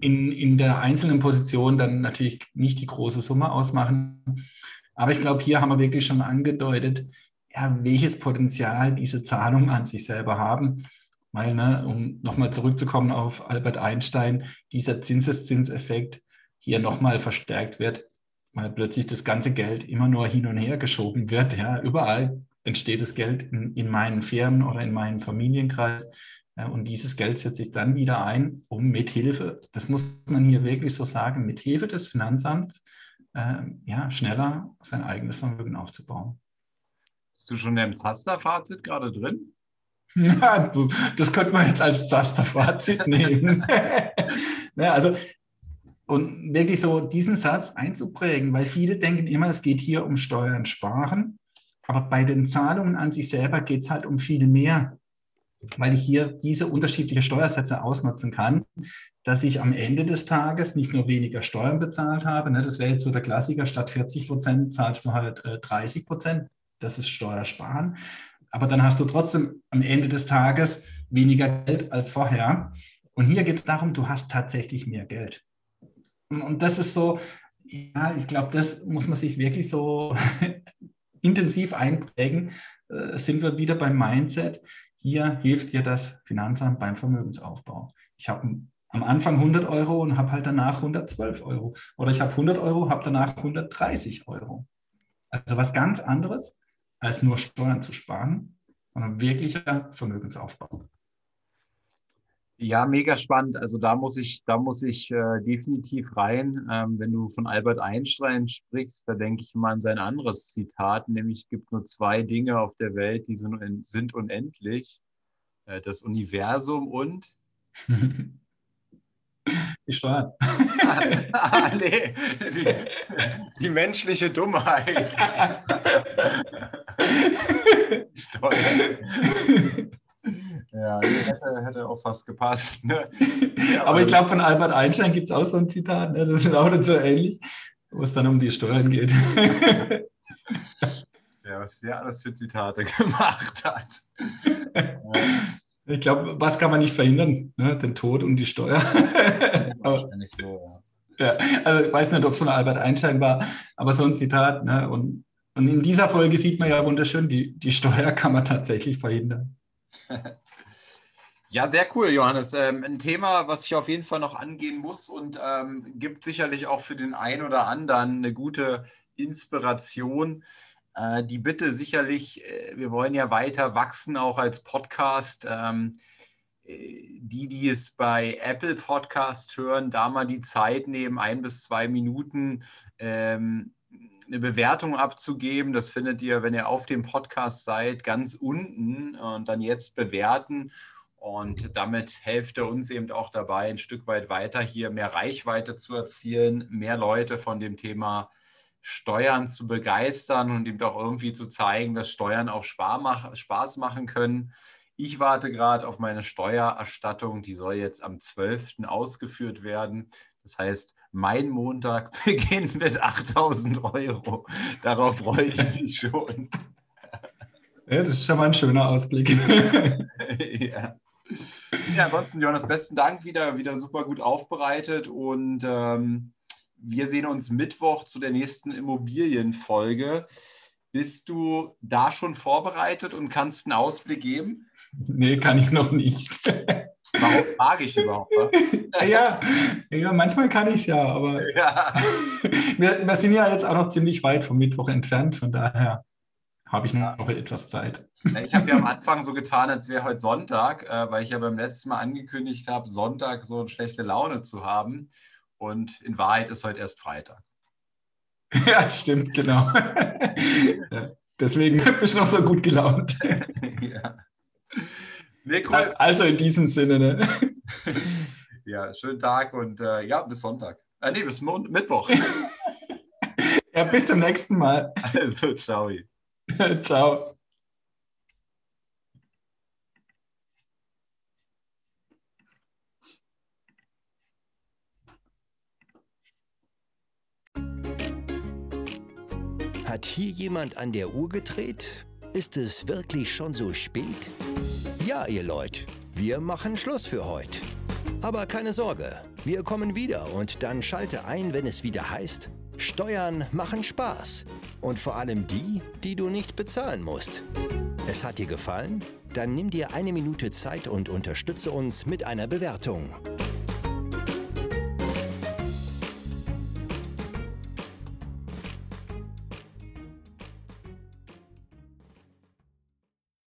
in der einzelnen Position dann natürlich nicht die große Summe ausmachen. Aber ich glaube, hier haben wir wirklich schon angedeutet, ja, welches Potenzial diese Zahlungen an sich selber haben. Weil, ne, um nochmal zurückzukommen auf Albert Einstein, dieser Zinseszinseffekt hier nochmal verstärkt wird, weil plötzlich das ganze Geld immer nur hin und her geschoben wird. Ja, überall entsteht das Geld in meinen Firmen oder in meinem Familienkreis. Ja, und dieses Geld setzt sich dann wieder ein, um mithilfe, das muss man hier wirklich so sagen, mithilfe des Finanzamts ja, schneller sein eigenes Vermögen aufzubauen. Bist du schon im Zaster-Fazit gerade drin? Ja, das könnte man jetzt als Zaster-Fazit nehmen. Ja, also, und wirklich so diesen Satz einzuprägen, weil viele denken immer, es geht hier um Steuern sparen, aber bei den Zahlungen an sich selber geht es halt um viel mehr, weil ich hier diese unterschiedlichen Steuersätze ausnutzen kann, dass ich am Ende des Tages nicht nur weniger Steuern bezahlt habe, ne, das wäre jetzt so der Klassiker, statt 40% zahlst du halt 30%, das ist Steuersparen, aber dann hast du trotzdem am Ende des Tages weniger Geld als vorher. Und hier geht es darum, du hast tatsächlich mehr Geld. Und das ist so, ja, ich glaube, das muss man sich wirklich so intensiv einprägen. Sind wir wieder beim Mindset. Hier hilft dir das Finanzamt beim Vermögensaufbau. Ich habe am Anfang 100 Euro und habe halt danach 112 Euro. Oder ich habe 100 Euro, habe danach 130 Euro. Also was ganz anderes, als nur Steuern zu sparen, sondern wirklicher Vermögensaufbau. Ja, mega spannend. Also da muss ich definitiv rein. Wenn du von Albert Einstein sprichst, da denke ich immer an sein anderes Zitat, nämlich es gibt nur 2 Dinge auf der Welt, die sind unendlich. Das Universum und Die Steuern. Nee, die menschliche Dummheit. Steuern. Ja, hätte auch fast gepasst. Ne? Ja, aber ich glaube, von Albert Einstein gibt es auch so ein Zitat, ne? Das lautet so ähnlich, wo es dann um die Steuern geht. Ja, was der alles für Zitate gemacht hat. Ich glaube, was kann man nicht verhindern? Ne? Den Tod und die Steuer. Wahrscheinlich so, ja. Also ich weiß nicht, ob es von Albert Einstein war, aber so ein Zitat. Ne? Und in dieser Folge sieht man ja wunderschön, die Steuer kann man tatsächlich verhindern. Ja, sehr cool, Johannes. Ein Thema, was ich auf jeden Fall noch angehen muss und gibt sicherlich auch für den einen oder anderen eine gute Inspiration. Die Bitte sicherlich, wir wollen ja weiter wachsen, auch als Podcast. Die es bei Apple Podcast hören, da mal die Zeit nehmen, 1 bis 2 Minuten eine Bewertung abzugeben. Das findet ihr, wenn ihr auf dem Podcast seid, ganz unten und dann jetzt bewerten. Und damit helft ihr uns eben auch dabei, ein Stück weit weiter hier mehr Reichweite zu erzielen, mehr Leute von dem Thema Steuern zu begeistern und eben auch irgendwie zu zeigen, dass Steuern auch Spaß machen können. Ich warte gerade auf meine Steuererstattung, die soll jetzt am 12. ausgeführt werden. Das heißt, mein Montag beginnt mit 8.000 Euro. Darauf freue ich mich schon. Ja, das ist schon mal ein schöner Ausblick. Ja. Ja, ansonsten, Johannes, besten Dank, wieder super gut aufbereitet und wir sehen uns Mittwoch zu der nächsten Immobilienfolge. Bist du da schon vorbereitet und kannst einen Ausblick geben? Nee, kann ich noch nicht. Warum frage ich überhaupt? Ja, manchmal kann ich es ja, aber ja. Wir sind ja jetzt auch noch ziemlich weit vom Mittwoch entfernt, von daher habe ich noch etwas Zeit. Ich habe ja am Anfang so getan, als wäre heute Sonntag, weil ich ja beim letzten Mal angekündigt habe, Sonntag so eine schlechte Laune zu haben. Und in Wahrheit ist heute erst Freitag. Ja, stimmt, genau. Ja, deswegen bist du noch so gut gelaunt. Ja. Nee, cool. Also in diesem Sinne. Ne? Ja, schönen Tag und ja, bis Sonntag. Bis Mittwoch. Ja, bis zum nächsten Mal. Also, ciao. Ciao. Hat hier jemand an der Uhr gedreht? Ist es wirklich schon so spät? Ja, ihr Leute, wir machen Schluss für heute. Aber keine Sorge, wir kommen wieder und dann schalte ein, wenn es wieder heißt, Steuern machen Spaß. Und vor allem die, die du nicht bezahlen musst. Es hat dir gefallen? Dann nimm dir 1 Minute Zeit und unterstütze uns mit einer Bewertung.